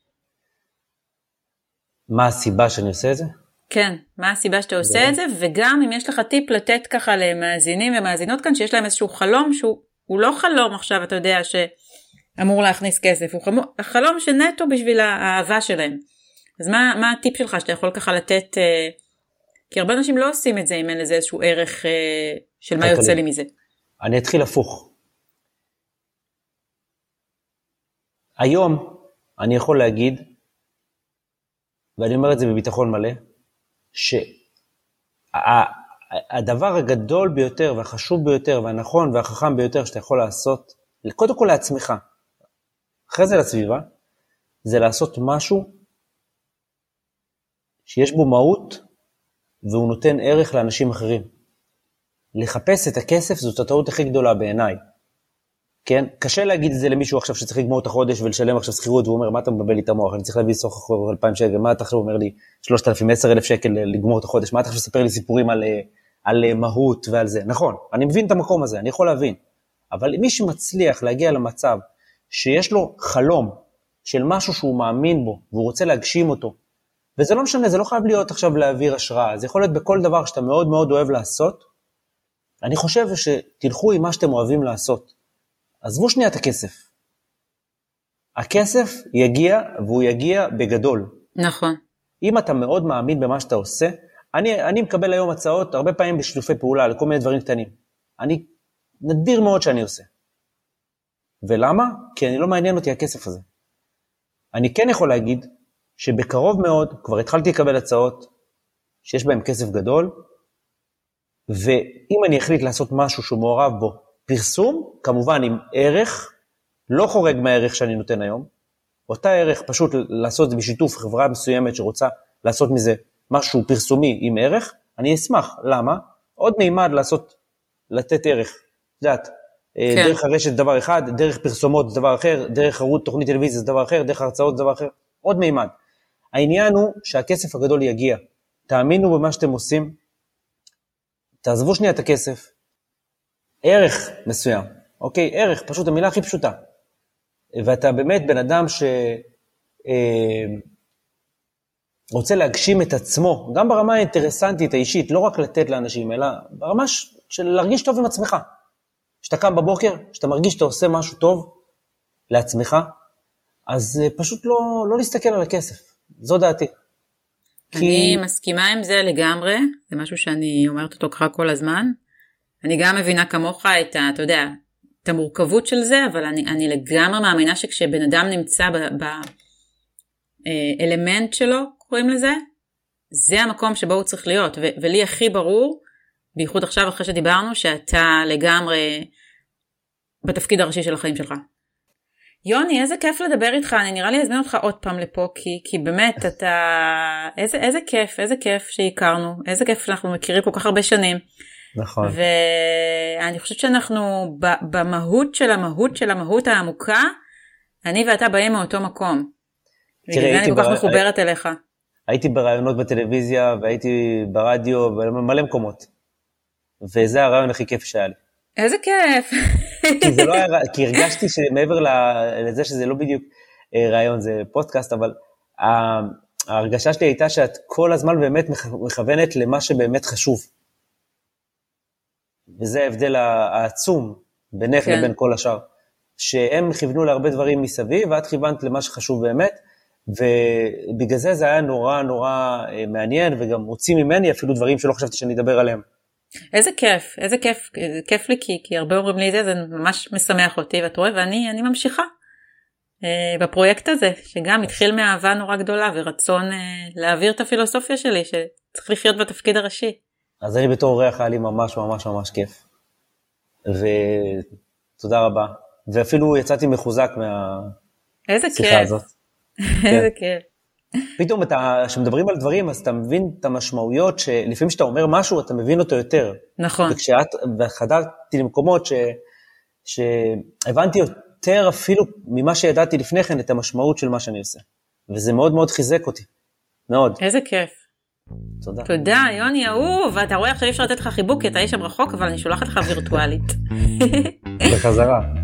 מה הסיבה שאני עושה את זה? כן, מה הסיבה שאתה עושה את זה, וגם אם יש לך טיפ לתת ככה למאזינים ומאזינות כאן, שיש להם איזשהו חלום, שהוא לא חלום עכשיו, אתה יודע, שאמור להכניס כסף, הוא חלום שנטו בשביל האהבה שלהם. אז מה, מה הטיפ שלך שאתה יכול ככה לתת... כי הרבה אנשים לא עושים את זה אם אין לזה איזשהו ערך אה, של מה יוצא לי מזה. אני אתחיל הפוך. היום אני יכול להגיד, ואני אומר את זה בביטחון מלא, שהדבר הגדול ביותר והחשוב ביותר והנכון והחכם ביותר שאתה יכול לעשות, קודם כל לעצמך, אחרי זה לסביבה, זה לעשות משהו שיש בו מהות והוא נותן ערך לאנשים אחרים. לחפש את הכסף זאת הטעות הכי גדולה בעיניי. כן? קשה להגיד את זה למישהו עכשיו שצריך לגמור את החודש ולשלם עכשיו שכירות, והוא אומר, מה אתה מבבל לי את המוח? אני צריך להביא סוף אחור אלפיים שקל, מה אתה עכשיו אומר לי שלושת אלפים, עשרת אלפים שקל לגמור את החודש, מה אתה עכשיו לספר לי סיפורים על, על מהות ועל זה? נכון, אני מבין את המקום הזה, אני יכול להבין. אבל מי שמצליח להגיע למצב שיש לו חלום של משהו שהוא מאמין בו, והוא רוצה להגשים אותו, וזה לא משנה, זה לא חייב להיות עכשיו להעביר השראה, זה יכול להיות בכל דבר שאתה מאוד מאוד אוהב לעשות, אני חושב שתלכו עם מה שאתם אוהבים לעשות. עזבו שנייה את הכסף. הכסף יגיע, והוא יגיע בגדול. נכון. אם אתה מאוד מאמין במה שאתה עושה, אני, אני מקבל היום הצעות, הרבה פעמים בשיתופי פעולה, לכל מיני דברים קטנים. אני נדיר מאוד שאני עושה. ולמה? כי אני לא מעניין אותי הכסף הזה. אני כן יכול להגיד, שבקרוב מאוד, כבר התחלתי לקבל הצעות, שיש בהם כסף גדול, ואם אני החליט לעשות משהו שהוא מעורב בו, פרסום, כמובן עם ערך, לא חורג מהערך שאני נותן היום, אותה ערך פשוט לעשות זה בשיתוף חברה מסוימת שרוצה לעשות מזה משהו פרסומי עם ערך, אני אשמח. למה? עוד מימד לעשות, לתת ערך. יודעת, כן. דרך הרשת זה דבר אחד, דרך פרסומות זה דבר אחר, דרך ערוץ תוכנית טלוויזיה זה דבר אחר, דרך הרצאות זה דבר אחר, עוד מימד. העניין הוא שהכסף הגדול יגיע. תאמינו במה שאתם עושים, תעזבו שנייה את הכסף, ערך מסוים, אוקיי? ערך, פשוט המילה הכי פשוטה. ואתה באמת בן אדם ש... רוצה להגשים את עצמו, גם ברמה האינטרסנטית, האישית, לא רק לתת לאנשים, אלא ברמה של להרגיש טוב עם עצמך. שאתה קם בבוקר, שאתה מרגיש שאתה עושה משהו טוב לעצמך, אז פשוט לא, לא להסתכל על הכסף. זו דעתי. אני כי... מסכימה עם זה לגמרי, זה משהו שאני אומרת אותו ככה כל הזמן. אני גם מבינה כמוך את, ה, אתה יודע, את המורכבות של זה, אבל אני, אני לגמרי מאמינה שכשבן אדם נמצא באלמנט שלו, קוראים לזה, זה המקום שבו הוא צריך להיות. ו- ולי הכי ברור, בייחוד עכשיו אחרי שדיברנו, שאתה לגמרי בתפקיד הראשי של החיים שלך. יוני, איזה כיף לדבר איתך, אני נראה לי אזמין אותך עוד פעם לפה, כי, כי באמת אתה, איזה, איזה כיף, איזה כיף שהכרנו, איזה כיף שאנחנו מכירים כל כך הרבה שנים. נכון. ואני חושבת שאנחנו במהות של המהות של המהות העמוקה, אני ואתה באים מאותו מקום. תראה, אני כל כך מחוברת אליך. הייתי ברעיונות בטלוויזיה, והייתי ברדיו, במלא מקומות. וזה הרעיון הכי כיף שהיה לי. איזה כיף. כי זה לא היה, כי הרגשתי שמעבר לזה שזה לא בדיוק רעיון, זה פודקאסט, אבל ההרגשה שלי הייתה שאת כל הזמן באמת מכוונת למה שבאמת חשוב. וזה ההבדל העצום בינך כן. לבין כל השאר. שהם כיוונו להרבה דברים מסביב, ואת כיוונת למה שחשוב באמת, ובגלל זה זה היה נורא נורא מעניין, וגם הוציא ממני אפילו דברים שלא חשבתי שאני אדבר עליהם. איזה כיף, איזה כיף, כיף לי כי, כי הרבה אומרים לי זה, זה ממש משמח אותי, ואת רואה, ואני אני ממשיכה אה, בפרויקט הזה, שגם התחיל מאהבה נורא גדולה, ורצון אה, להעביר את הפילוסופיה שלי, שצריך לחיות בתפקיד הראשי. אז אני בתור ריח היה לי ממש ממש ממש כיף. ותודה רבה. ואפילו יצאתי מחוזק מהשיחה הזאת. איזה כיף. פתאום כשמדברים על דברים, אז אתה מבין את המשמעויות, שלפעמים שאתה אומר משהו, אתה מבין אותו יותר. נכון. וכשאת, וחדרתי למקומות ש, שהבנתי יותר אפילו ממה שידעתי לפני כן, את המשמעות של מה שאני עושה. וזה מאוד מאוד חיזק אותי. מאוד. איזה כיף. תודה. תודה, יוני אהוב. ואתה רואה עכשיו אי אפשר לתת לך חיבוק, כי אתה יש שם רחוק, אבל אני שולחת לך וירטואלית. בחזרה.